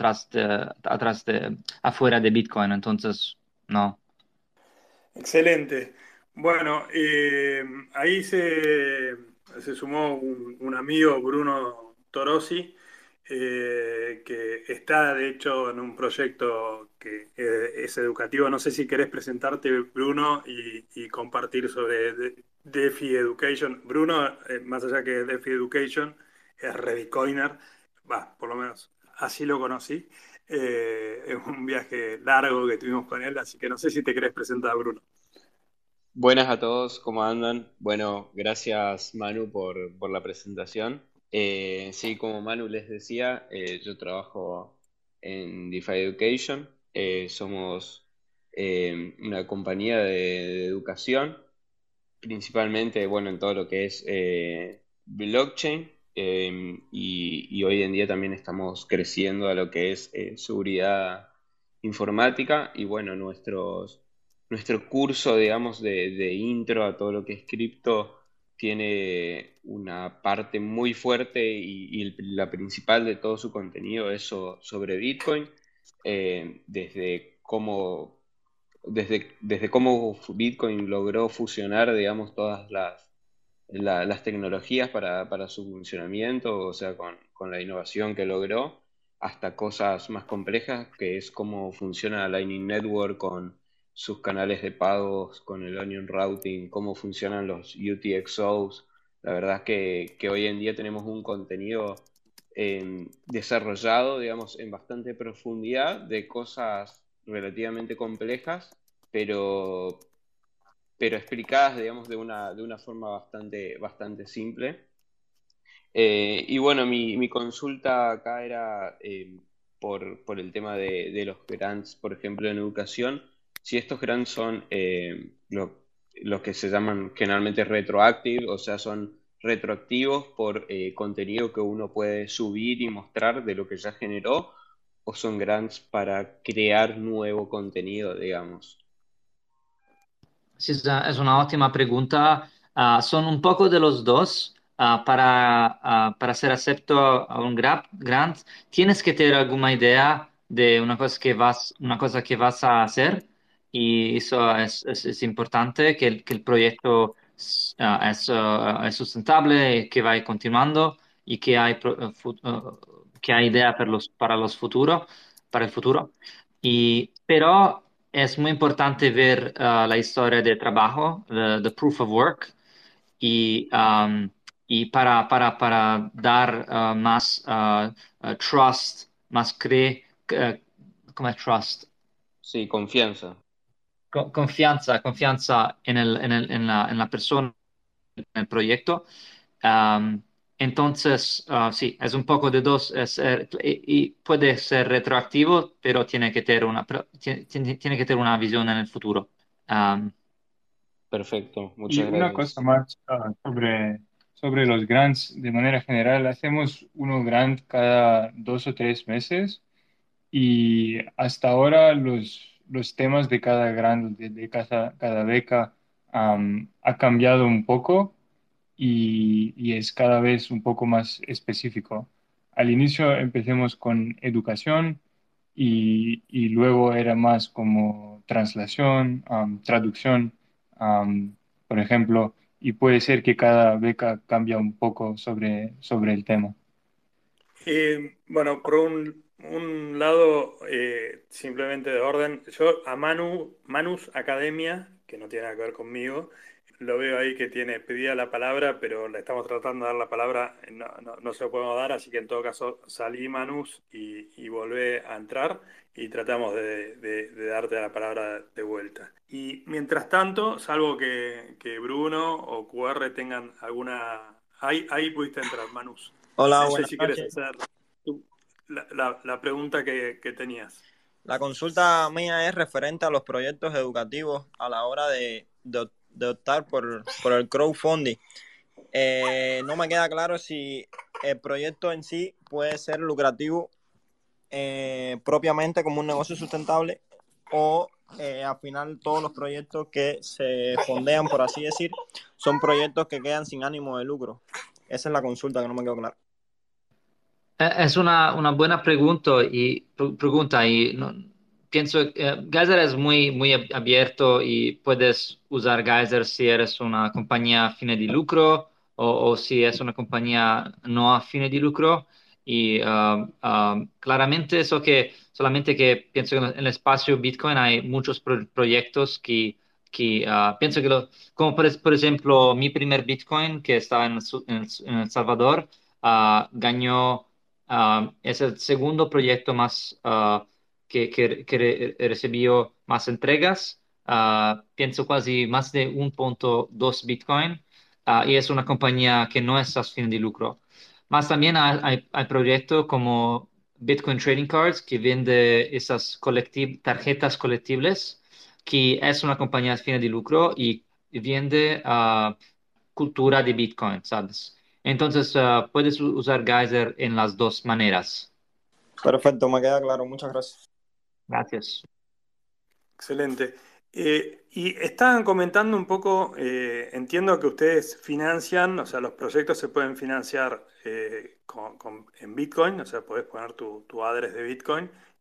afuera de Bitcoin, entonces no. Excelente. Bueno, ahí se sumó un amigo, Bruno Torosi, que está de hecho en un proyecto que es educativo. No sé si querés presentarte, Bruno, y compartir sobre DeFi Education. Bruno, más allá que DeFi Education, es Redcoiner, va, por lo menos así lo conocí. Es un viaje largo que tuvimos con él, así que no sé si te querés presentar, Bruno. Buenas a todos, ¿cómo andan? Bueno, gracias Manu por la presentación. Sí, como Manu les decía, yo trabajo en DeFi Education. Somos una compañía de educación, principalmente, bueno, en todo lo que es blockchain, y hoy en día también estamos creciendo a lo que es seguridad informática y bueno, nuestro curso, digamos, de intro a todo lo que es cripto tiene una parte muy fuerte y la principal de todo su contenido es sobre Bitcoin, desde cómo desde cómo Bitcoin logró fusionar, digamos, todas las tecnologías para su funcionamiento, o sea, con la innovación que logró, hasta cosas más complejas, que es cómo funciona Lightning Network con sus canales de pagos, con el Onion Routing, cómo funcionan los UTXOs. La verdad es que hoy en día tenemos un contenido desarrollado, digamos, en bastante profundidad de cosas relativamente complejas, pero, pero explicadas, digamos, de una forma bastante simple. Y bueno, mi consulta acá era por el tema de los grants, por ejemplo, en educación, si estos grants son los que se llaman generalmente retroactive, o sea, son retroactivos por contenido que uno puede subir y mostrar de lo que ya generó, o son grants para crear nuevo contenido, digamos. Sí, es una ótima pregunta. Son un poco de los dos. Para ser acepto a un grant, tienes que tener alguna idea de una cosa que vas a hacer y eso es importante, que el proyecto es sustentable, que va continuando y que que hay idea para el futuro. Pero es muy importante ver la historia de trabajo, the proof of work, y, y para dar más trust, ¿cómo es trust? Sí, confianza. Confianza en la persona, en el proyecto. Um, entonces, sí, es un poco de dos, y puede ser retroactivo, pero tiene que tener una visión en el futuro. Um, Perfecto, Y muchas una cosa gracias. más sobre los grants de manera general. Hacemos uno grant cada 2 o 3 meses y hasta ahora los temas de cada grant, de cada beca, ha cambiado un poco y es cada vez un poco más específico. Al inicio empecemos con educación y luego era más como translación, traducción, am, por ejemplo, y puede ser que cada beca cambia un poco sobre el tema. Bueno, por un lado, simplemente de orden, yo a Manus Academia, que no tiene nada que ver conmigo, lo veo ahí que tiene pedida la palabra, pero le estamos tratando de dar la palabra, no se lo podemos dar, así que en todo caso salí Manus y volvé a entrar y tratamos de darte la palabra de vuelta. Y mientras tanto, salvo que Bruno o QR tengan alguna... Ahí pudiste entrar, Manus. Hola, No sé buenas si quieres noches. hacer la pregunta que tenías. La consulta mía es referente a los proyectos educativos a la hora de optar por el crowdfunding. No me queda claro si el proyecto en sí puede ser lucrativo propiamente como un negocio sustentable o al final todos los proyectos que se fondean, por así decir, son proyectos que quedan sin ánimo de lucro. Esa es la consulta que no me quedó clara. Es una buena pregunta y pienso que Geyser es muy abierto y puedes usar Geyser si eres una compañía a fine de lucro o si es una compañía no a fine de lucro. Y claramente eso solamente que pienso que en el espacio Bitcoin hay muchos proyectos que pienso que como por ejemplo mi primer Bitcoin que estaba en El Salvador, ganó. Es el segundo proyecto más que recibió más entregas. Pienso casi más de 1.2 Bitcoin. Y es una compañía que no es a fin de lucro. Más también hay proyectos como Bitcoin Trading Cards que vende esas tarjetas colectibles, que es una compañía a fin de lucro y vende cultura de Bitcoin, ¿sabes? Entonces, puedes usar Geyser en las dos maneras. Perfecto, me queda claro. Muchas gracias. Gracias. Excelente. Y estaban comentando un poco, entiendo que ustedes financian, o sea, los proyectos se pueden financiar en Bitcoin, o sea, podés poner tu address de Bitcoin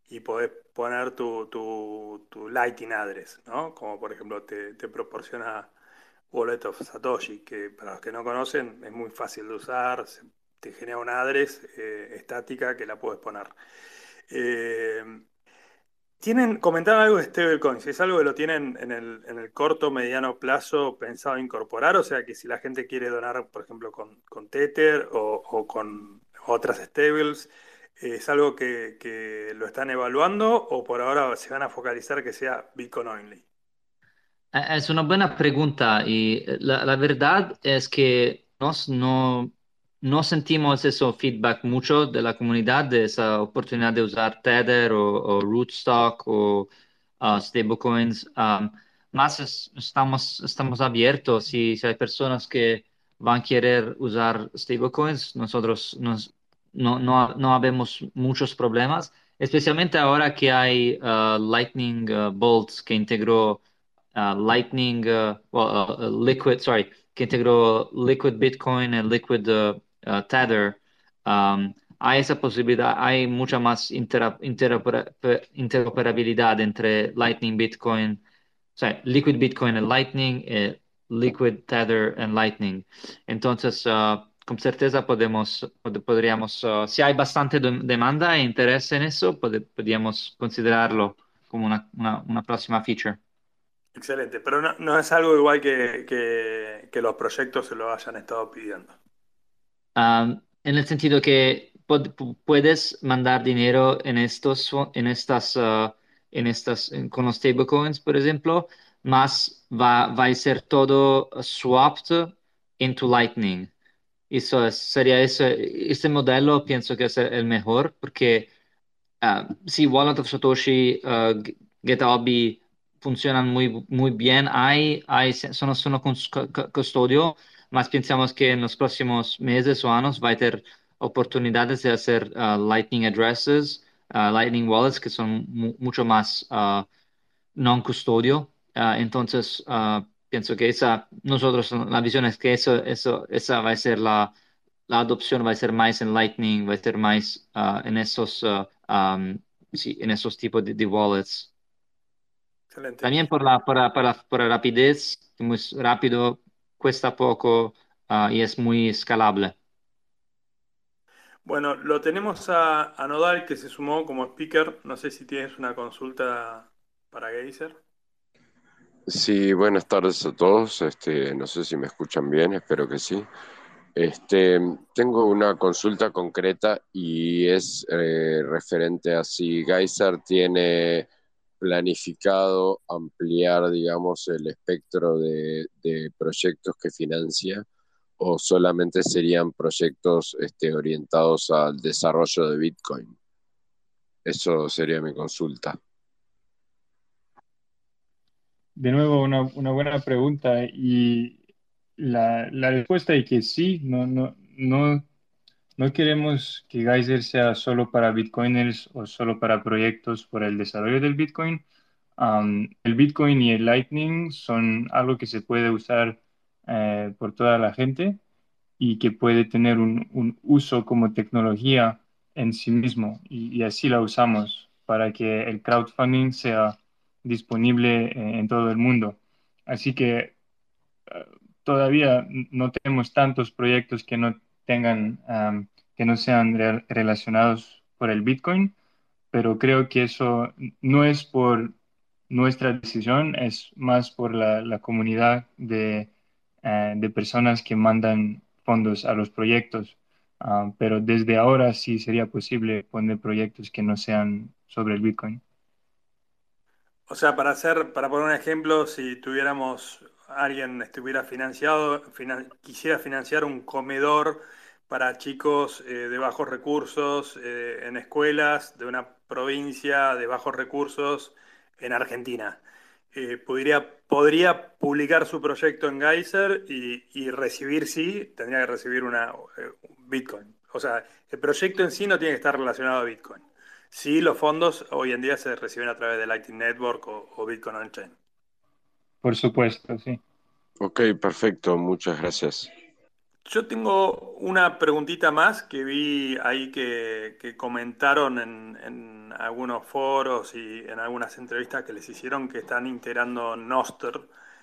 y podés poner tu Lightning address, ¿no? Como por ejemplo te proporciona Wallet of Satoshi, que para los que no conocen es muy fácil de usar, te genera una address estática que la puedes poner. Eh, comentaron algo de stablecoins, ¿es algo que lo tienen en el corto, mediano plazo pensado incorporar? O sea que si la gente quiere donar, por ejemplo, con Tether o con otras stables, ¿es algo que lo están evaluando o por ahora se van a focalizar que sea Bitcoin only? Es una buena pregunta y la verdad es que no sentimos ese feedback mucho de la comunidad, de esa oportunidad de usar Tether o Rootstock o stablecoins. Más estamos abiertos si hay personas que van a querer usar stablecoins, nosotros no habemos muchos problemas, especialmente ahora que hay Lightning Bolts que integró Lightning, Liquid, sorry, que integró Liquid Bitcoin y Liquid Tether. Hay esa posibilidad, hay mucha más interoperabilidad entre Lightning Bitcoin, o sea, Liquid Bitcoin y Lightning, Liquid Tether y Lightning. Entonces, con certeza podríamos, si hay bastante demanda e interés en eso, podríamos considerarlo como una próxima feature. Excelente, pero no es algo igual que los proyectos se lo hayan estado pidiendo. En el sentido que puedes mandar dinero con los stablecoins, por ejemplo, más va a ser todo swapped into Lightning. Sería ese modelo, pienso que es el mejor, porque sí, Wallet of Satoshi, GitHub funcionan muy bien. Sono custodio, mas pensamos que en los próximos meses o años va a tener oportunidades de hacer Lightning Addresses, Lightning Wallets, que son mucho más non custodio. Entonces, pienso que la visión es que esa va a ser la adopción, va a ser más en Lightning, va a ser más sí, en esos tipos de wallets. Excelente. También por la rapidez, muy rápido, cuesta poco, y es muy escalable. Bueno, lo tenemos a Nodal que se sumó como speaker. No sé si tienes una consulta para Geyser. Sí, buenas tardes a todos. No sé si me escuchan bien, espero que sí. Tengo una consulta concreta y es referente a si Geyser tiene planificado ampliar, digamos, el espectro de proyectos que financia o solamente serían proyectos orientados al desarrollo de Bitcoin. Eso sería mi consulta. De nuevo, una buena pregunta y la respuesta es que sí, no queremos que Geyser sea solo para Bitcoiners o solo para proyectos por el desarrollo del Bitcoin. El Bitcoin y el Lightning son algo que se puede usar por toda la gente y que puede tener un uso como tecnología en sí mismo y así la usamos para que el crowdfunding sea disponible en todo el mundo. Así que todavía no tenemos tantos proyectos que no tengan, que no sean relacionados por el Bitcoin, pero creo que eso no es por nuestra decisión, es más por la comunidad de personas que mandan fondos a los proyectos. Pero desde ahora sí sería posible poner proyectos que no sean sobre el Bitcoin. O sea, para poner un ejemplo, si tuviéramos alguien estuviera quisiera financiar un comedor para chicos de bajos recursos en escuelas de una provincia de bajos recursos en Argentina. Podría publicar su proyecto en Geyser y recibir, sí, tendría que recibir un Bitcoin. O sea, el proyecto en sí no tiene que estar relacionado a Bitcoin. Sí, los fondos hoy en día se reciben a través de Lightning Network o Bitcoin On-Chain. Por supuesto, sí. Ok, perfecto, muchas gracias. Yo tengo una preguntita más que vi ahí que comentaron en algunos foros y en algunas entrevistas que les hicieron que están integrando Noster.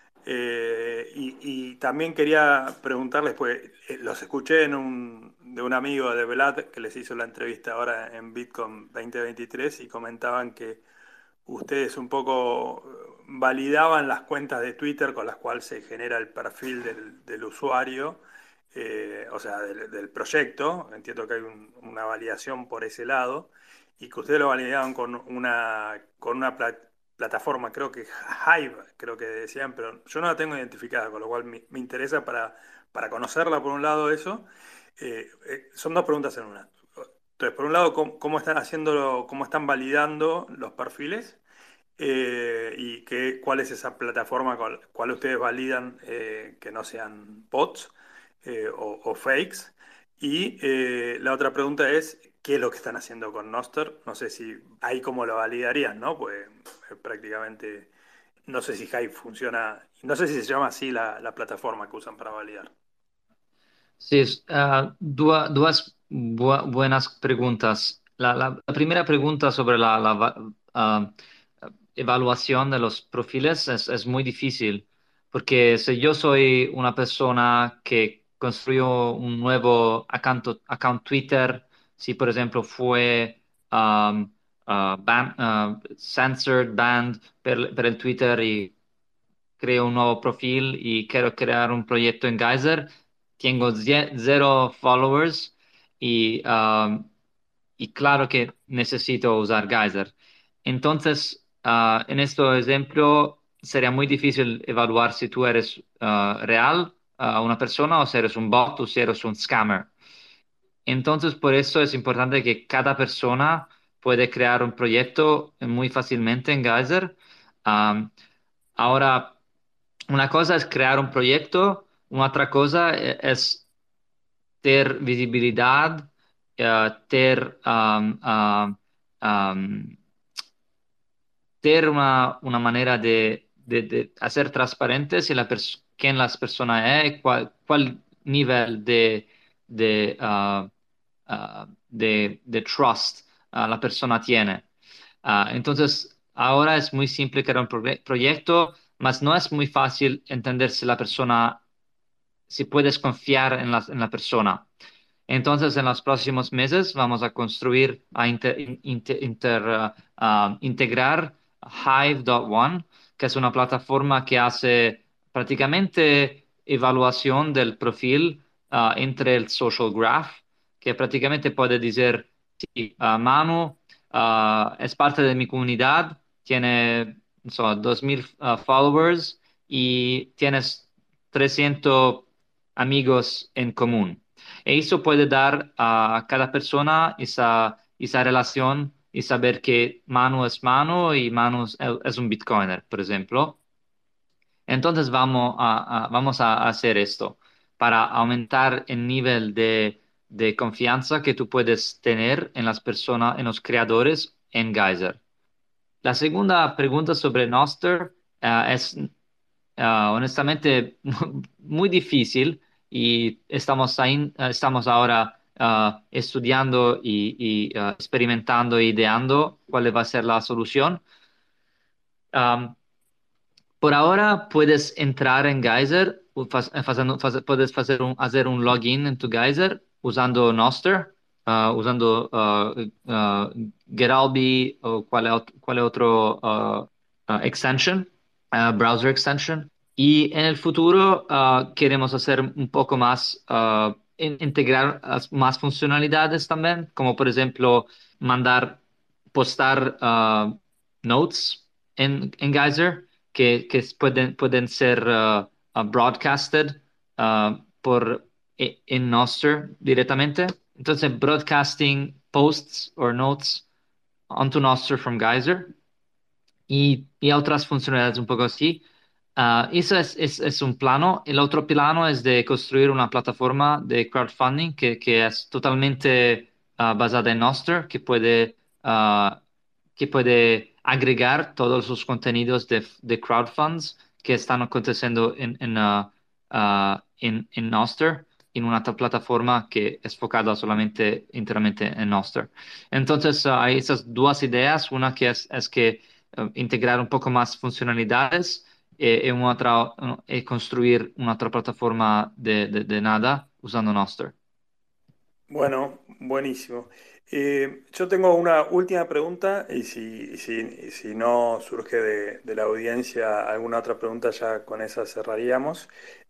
Y también quería preguntarles, pues los escuché de un amigo de Vlad que les hizo la entrevista ahora en Bitcoin 2023 y comentaban que ustedes un poco validaban las cuentas de Twitter con las cuales se genera el perfil del usuario, o sea, del proyecto. Entiendo que hay una validación por ese lado, y que ustedes lo validaban con una plataforma, creo que Hive, creo que decían, pero yo no la tengo identificada, con lo cual me interesa para conocerla por un lado eso. Son dos preguntas en una. Entonces, por un lado, ¿cómo están haciendo, cómo están validando los perfiles? Y cuál es esa plataforma con cuál ustedes validan que no sean bots o fakes. Y la otra pregunta es, ¿qué es lo que están haciendo con Noster? No sé si ahí cómo lo validarían, ¿no? Pues prácticamente, no sé si Hive funciona, no sé si se llama así la plataforma que usan para validar. Sí, buenas preguntas. La primera pregunta sobre evaluación de los perfiles es muy difícil, porque si yo soy una persona que construyó un nuevo account Twitter, si por ejemplo fue censored, banned per el Twitter y creo un nuevo perfil y quiero crear un proyecto en Geyser, tengo cero followers y claro que necesito usar Geyser. Entonces, en este ejemplo, sería muy difícil evaluar si tú eres real, una persona, o si eres un bot o si eres un scammer. Entonces, por eso es importante que cada persona puede crear un proyecto muy fácilmente en Geyser. Um, Ahora, una cosa es crear un proyecto, una otra cosa es tener visibilidad, tener tener una manera de hacer transparente si quién las personas es, cuál nivel de trust la persona tiene. Entonces, ahora es muy simple crear un proyecto, mas no es muy fácil entender si la persona, si puedes confiar en la persona. Entonces, en los próximos meses vamos a construir, a integrar Hive.one, que es una plataforma que hace prácticamente evaluación del perfil entre el social graph, que prácticamente puede decir, sí, Manu es parte de mi comunidad, tiene no sé, 2000 followers y tienes 300 amigos en común. E eso puede dar a cada persona esa relación y saber que Manu es Manu y Manu es un Bitcoiner, por ejemplo. Entonces vamos a hacer esto para aumentar el nivel de confianza que tú puedes tener en las personas, en los creadores en Geyser. La segunda pregunta sobre Noster es honestamente muy difícil y estamos ahora estudiando y experimentando e ideando cuál va a ser la solución. Um, por ahora puedes entrar en Geyser, puedes hacer un login en tu Geyser usando Noster, usando Geralby o cuál otro extension, browser extension. Y en el futuro queremos hacer un poco más, integrar más funcionalidades también, como por ejemplo postar notes en Geyser que pueden ser broadcasted en Nostr directamente. Entonces, broadcasting posts or notes onto Nostr from Geyser y otras funcionalidades un poco así. Eso es un plano. El otro plano es de construir una plataforma de crowdfunding que es totalmente basada en Nostr, que puede agregar todos sus contenidos de crowdfunds que están aconteciendo en Nostr. en una plataforma que es focada solamente enteramente en Nostr. Entonces, hay esas dos ideas, una que es que integrar un poco más funcionalidades y otra, construir una otra plataforma de nada usando Nostr. Bueno, buenísimo. Yo tengo una última pregunta y si no surge de la audiencia alguna otra pregunta, ya con esa cerraríamos.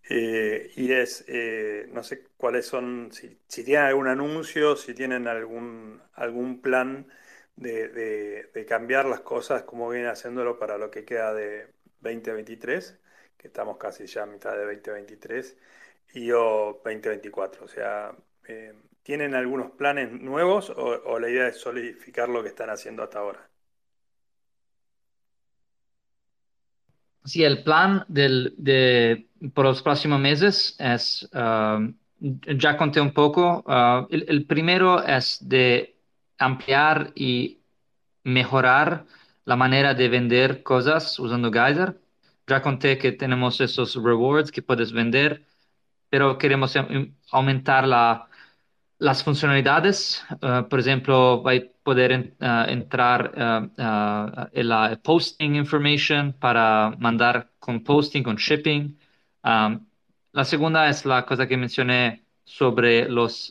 No sé cuáles son, si tienen algún anuncio, si tienen algún plan de cambiar las cosas como vienen haciéndolo para lo que queda de 2023, que estamos casi ya a mitad de 2023, y o 2024. O sea, ¿tienen algunos planes nuevos o la idea es solidificar lo que están haciendo hasta ahora? Sí, el plan por los próximos meses es, ya conté un poco, el primero es de ampliar y mejorar la manera de vender cosas usando Geyser. Ya conté que tenemos esos rewards que puedes vender, pero queremos aumentar las funcionalidades. Por ejemplo, va a poder entrar en la posting information para mandar con posting, con shipping. Um, la segunda es la cosa que mencioné sobre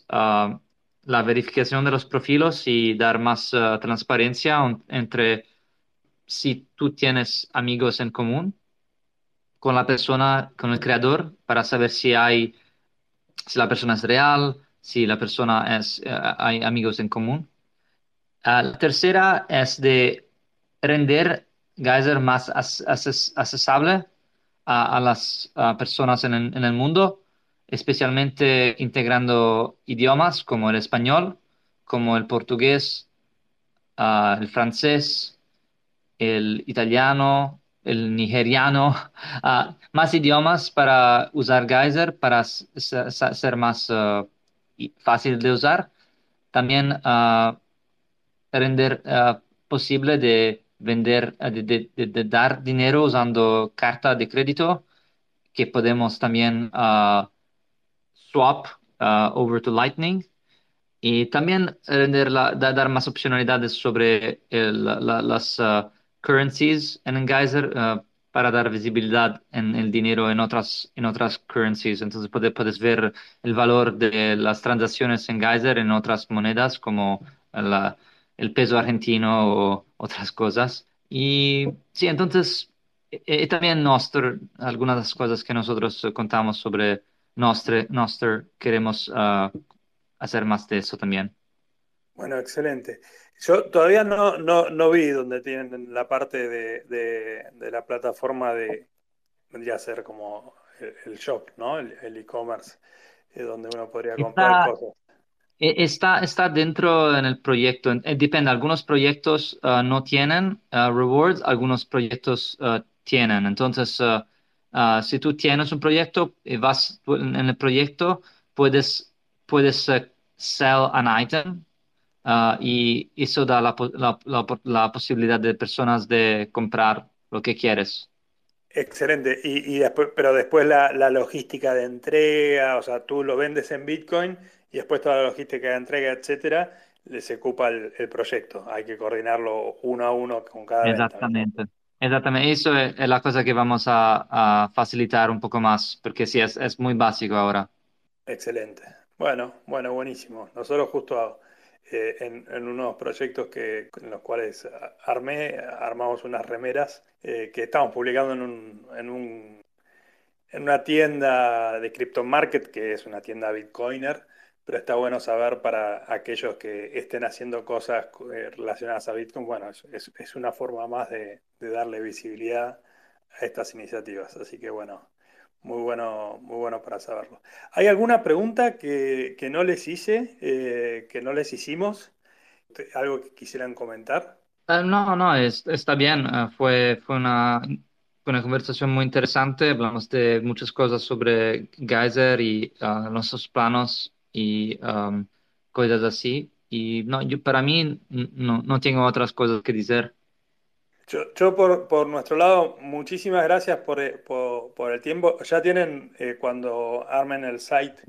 la verificación de los perfiles y dar más transparencia entre si tú tienes amigos en común con la persona, con el creador, para saber si la persona es real, si la persona hay amigos en común. La tercera es de render Geyser más accesible a las personas en el mundo, especialmente integrando idiomas como el español, como el portugués, el francés, el italiano, el nigeriano, más idiomas para usar Geyser para ser más fácil de usar. También render posible de vender, de dar dinero usando carta de crédito, que podemos también swap over to Lightning. Y también dar más opcionalidades sobre las currencies en Geyser para dar visibilidad en el dinero en otras currencies. Entonces puedes ver el valor de las transacciones en Geyser en otras monedas como la- el peso argentino o otras cosas. Y sí, entonces también Nostr, algunas de las cosas que nosotros contamos sobre Nostr queremos hacer más de eso también. Bueno, excelente. Yo todavía no vi donde tienen la parte de la plataforma vendría a ser como el shop, ¿no? El e-commerce, donde uno podría comprar Está, cosas. está dentro en el proyecto. Depende, algunos proyectos no tienen rewards, algunos proyectos tienen. Entonces, si tú tienes un proyecto y vas en el proyecto, puedes sell an item y eso da la posibilidad de personas de comprar lo que quieres. Excelente. Y después, pero después la logística de entrega, o sea, tú lo vendes en Bitcoin y después toda la logística de entrega, etcétera, se ocupa el proyecto. Hay que coordinarlo uno a uno con cada venta, me imagino. Exactamente. Exactamente. Eso es la cosa que vamos a facilitar un poco más, porque sí, es muy básico ahora. Excelente. Bueno, buenísimo. Nosotros justo en unos proyectos en los cuales armamos unas remeras que estamos publicando en una tienda de Crypto Market, que es una tienda Bitcoiner, pero está bueno saber para aquellos que estén haciendo cosas relacionadas a Bitcoin. Bueno, es una forma más de darle visibilidad a estas iniciativas. Así que bueno, muy bueno para saberlo. ¿Hay alguna pregunta que no les hice, que no les hicimos? ¿Algo que quisieran comentar? No, no, está bien. Fue una conversación muy interesante. Hablamos de muchas cosas sobre Geyser y nuestros planos y cosas así. Y no, para mí no tengo otras cosas que decir. Yo por nuestro lado, muchísimas gracias por el tiempo. Ya tienen, cuando armen el site,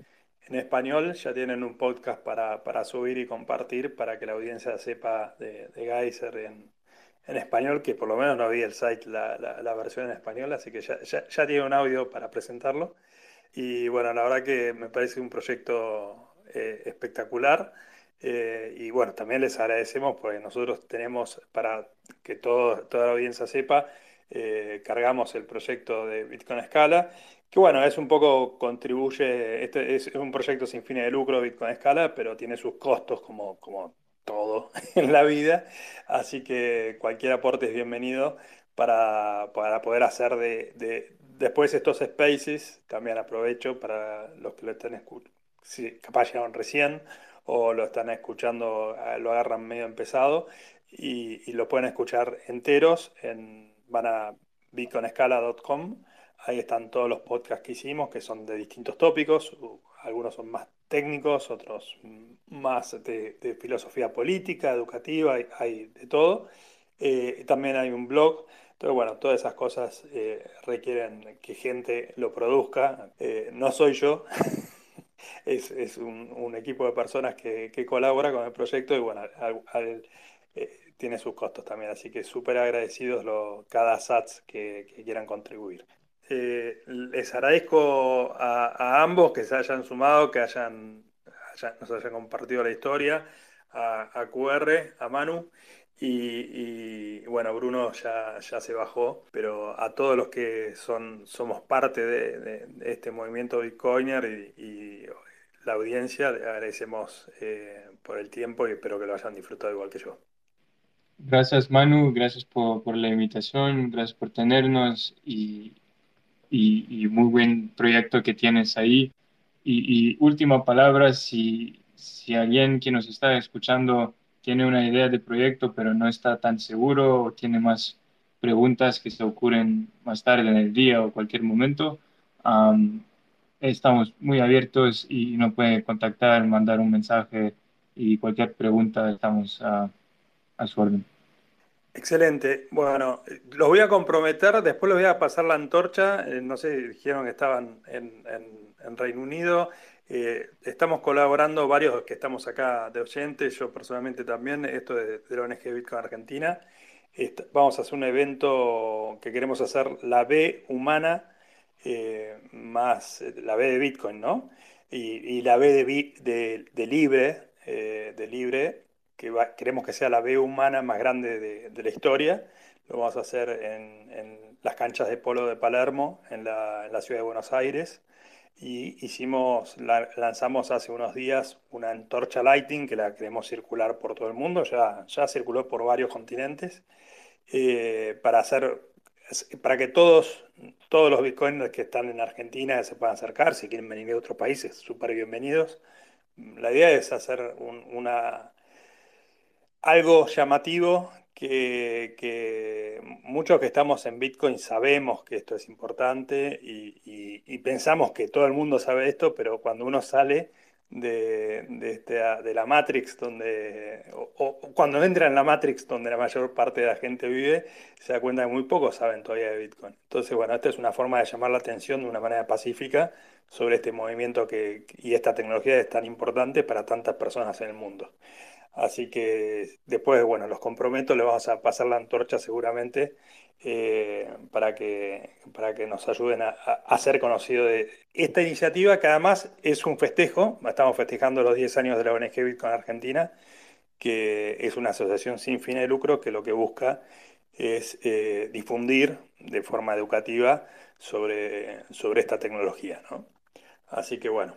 en español ya tienen un podcast para subir y compartir para que la audiencia sepa de Geyser en español, que por lo menos no vi el site, la versión en español, así que ya tiene un audio para presentarlo. Y bueno, la verdad que me parece un proyecto espectacular. Y bueno, también les agradecemos porque nosotros tenemos, para que toda la audiencia sepa, cargamos el proyecto de Bitcoin Scala, que bueno, es un poco contribuye, este es un proyecto sin fines de lucro, Bitcoin Scala, pero tiene sus costos como todo en la vida, así que cualquier aporte es bienvenido para poder hacer después estos spaces. También aprovecho para los que lo están escuchando, si capaz llegaron recién o lo están escuchando, lo agarran medio empezado y lo pueden escuchar enteros, van a bitcoinescala.com. Ahí están todos los podcasts que hicimos, que son de distintos tópicos. Algunos son más técnicos, otros más de filosofía política, educativa, hay de todo. También hay un blog. Entonces, bueno, todas esas cosas requieren que gente lo produzca. No soy yo, es un equipo de personas que colabora con el proyecto y bueno, tiene sus costos también. Así que súper agradecidos cada SATS que quieran contribuir. Les agradezco a ambos que se hayan sumado, que nos hayan compartido la historia, a QR, a Manu. Y bueno, Bruno ya se bajó, pero a todos los que somos parte de este movimiento Bitcoiner y la audiencia, le agradecemos por el tiempo y espero que lo hayan disfrutado igual que yo. Gracias, Manu, gracias por la invitación, gracias por tenernos y muy buen proyecto que tienes ahí. Y última palabra, si alguien que nos está escuchando tiene una idea de proyecto, pero no está tan seguro o tiene más preguntas que se ocurren más tarde en el día o cualquier momento, estamos muy abiertos y nos puede contactar, mandar un mensaje y cualquier pregunta estamos a su orden. Excelente. Bueno, los voy a comprometer, después les voy a pasar la antorcha. No sé, dijeron que estaban en Reino Unido. Estamos colaborando varios que estamos acá de oyentes, yo personalmente también, esto de la ONG Bitcoin Argentina. Vamos a hacer un evento que queremos hacer la B humana, más la B de Bitcoin, ¿no? Y la B de libre, queremos que sea la B humana más grande de la historia. Lo vamos a hacer en las canchas de polo de Palermo, en la ciudad de Buenos Aires. Y lanzamos hace unos días una antorcha Lighting que la queremos circular por todo el mundo, ya circuló por varios continentes, para que todos los bitcoiners que están en Argentina se puedan acercar. Si quieren venir de otros países, súper bienvenidos. La idea es hacer algo llamativo que muchos que estamos en Bitcoin sabemos que esto es importante y pensamos que todo el mundo sabe esto, pero cuando uno sale de la Matrix, o cuando entra en la Matrix donde la mayor parte de la gente vive, se da cuenta que muy pocos saben todavía de Bitcoin. Entonces, bueno, esta es una forma de llamar la atención de una manera pacífica sobre este movimiento y esta tecnología es tan importante para tantas personas en el mundo. Así que después, bueno, los comprometo, le vamos a pasar la antorcha seguramente, para que nos ayuden a ser conocidos de esta iniciativa, que además es un festejo. Estamos festejando los 10 años de la ONG Bitcoin Argentina, que es una asociación sin fines de lucro que lo que busca es difundir de forma educativa sobre esta tecnología, ¿no? Así que bueno,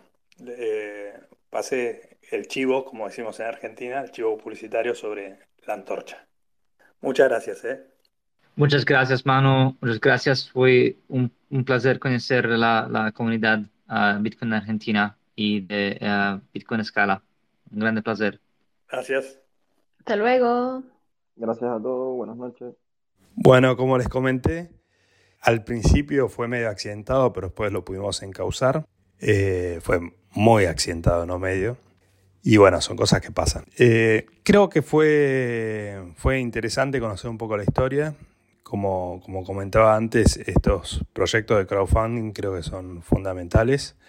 pasé el chivo, como decimos en Argentina, el chivo publicitario sobre la antorcha. Muchas gracias, ¿eh? Muchas gracias, Manu. Muchas gracias. Fue un placer conocer la comunidad Bitcoin Argentina y de Bitcoin Scala. Un grande placer. Gracias. Hasta luego. Gracias a todos, buenas noches. Bueno, como les comenté, al principio fue medio accidentado, pero después lo pudimos encauzar. Fue muy accidentado, no medio. Y bueno, son cosas que pasan. Creo que fue interesante conocer un poco la historia. Como comentaba antes, estos proyectos de crowdfunding creo que son fundamentales.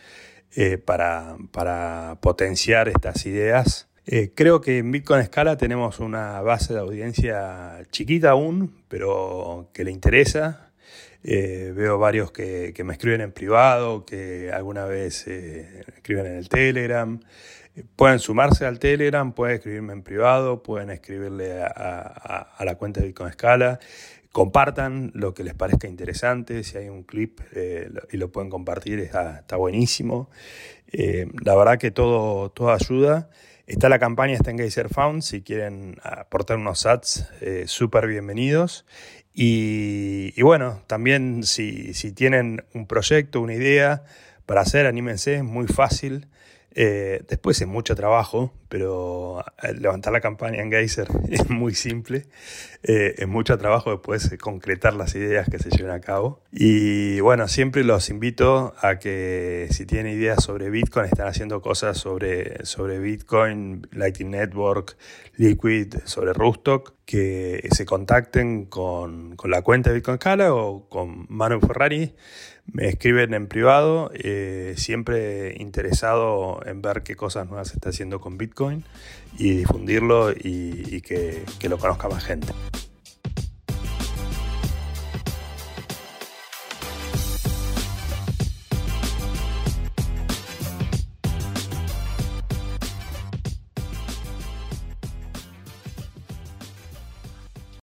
para potenciar estas ideas. Creo que en Bitcoin Scala tenemos una base de audiencia chiquita aún, pero que le interesa. Veo varios que me escriben en privado, que alguna vez escriben en el Telegram. Pueden sumarse al Telegram, pueden escribirme en privado, pueden escribirle a la cuenta de Bitcoin Scala. Compartan lo que les parezca interesante. Si hay un clip y lo pueden compartir, está buenísimo. La verdad que todo ayuda. Está la campaña, está en Geyser Found. Si quieren aportar unos sats, súper bienvenidos. Y bueno, también si tienen un proyecto, una idea para hacer, anímense, es muy fácil. Después es mucho trabajo, pero levantar la campaña en Geyser es muy simple. Es mucho trabajo después concretar las ideas que se lleven a cabo. Y bueno, siempre los invito a que si tienen ideas sobre Bitcoin, están haciendo cosas sobre Bitcoin, Lightning Network, Liquid, sobre Rustock, que se contacten con la cuenta de Bitcoin Scala o con Manu Ferrari. Me escriben en privado, siempre interesado en ver qué cosas nuevas se está haciendo con Bitcoin y difundirlo y que lo conozca más gente.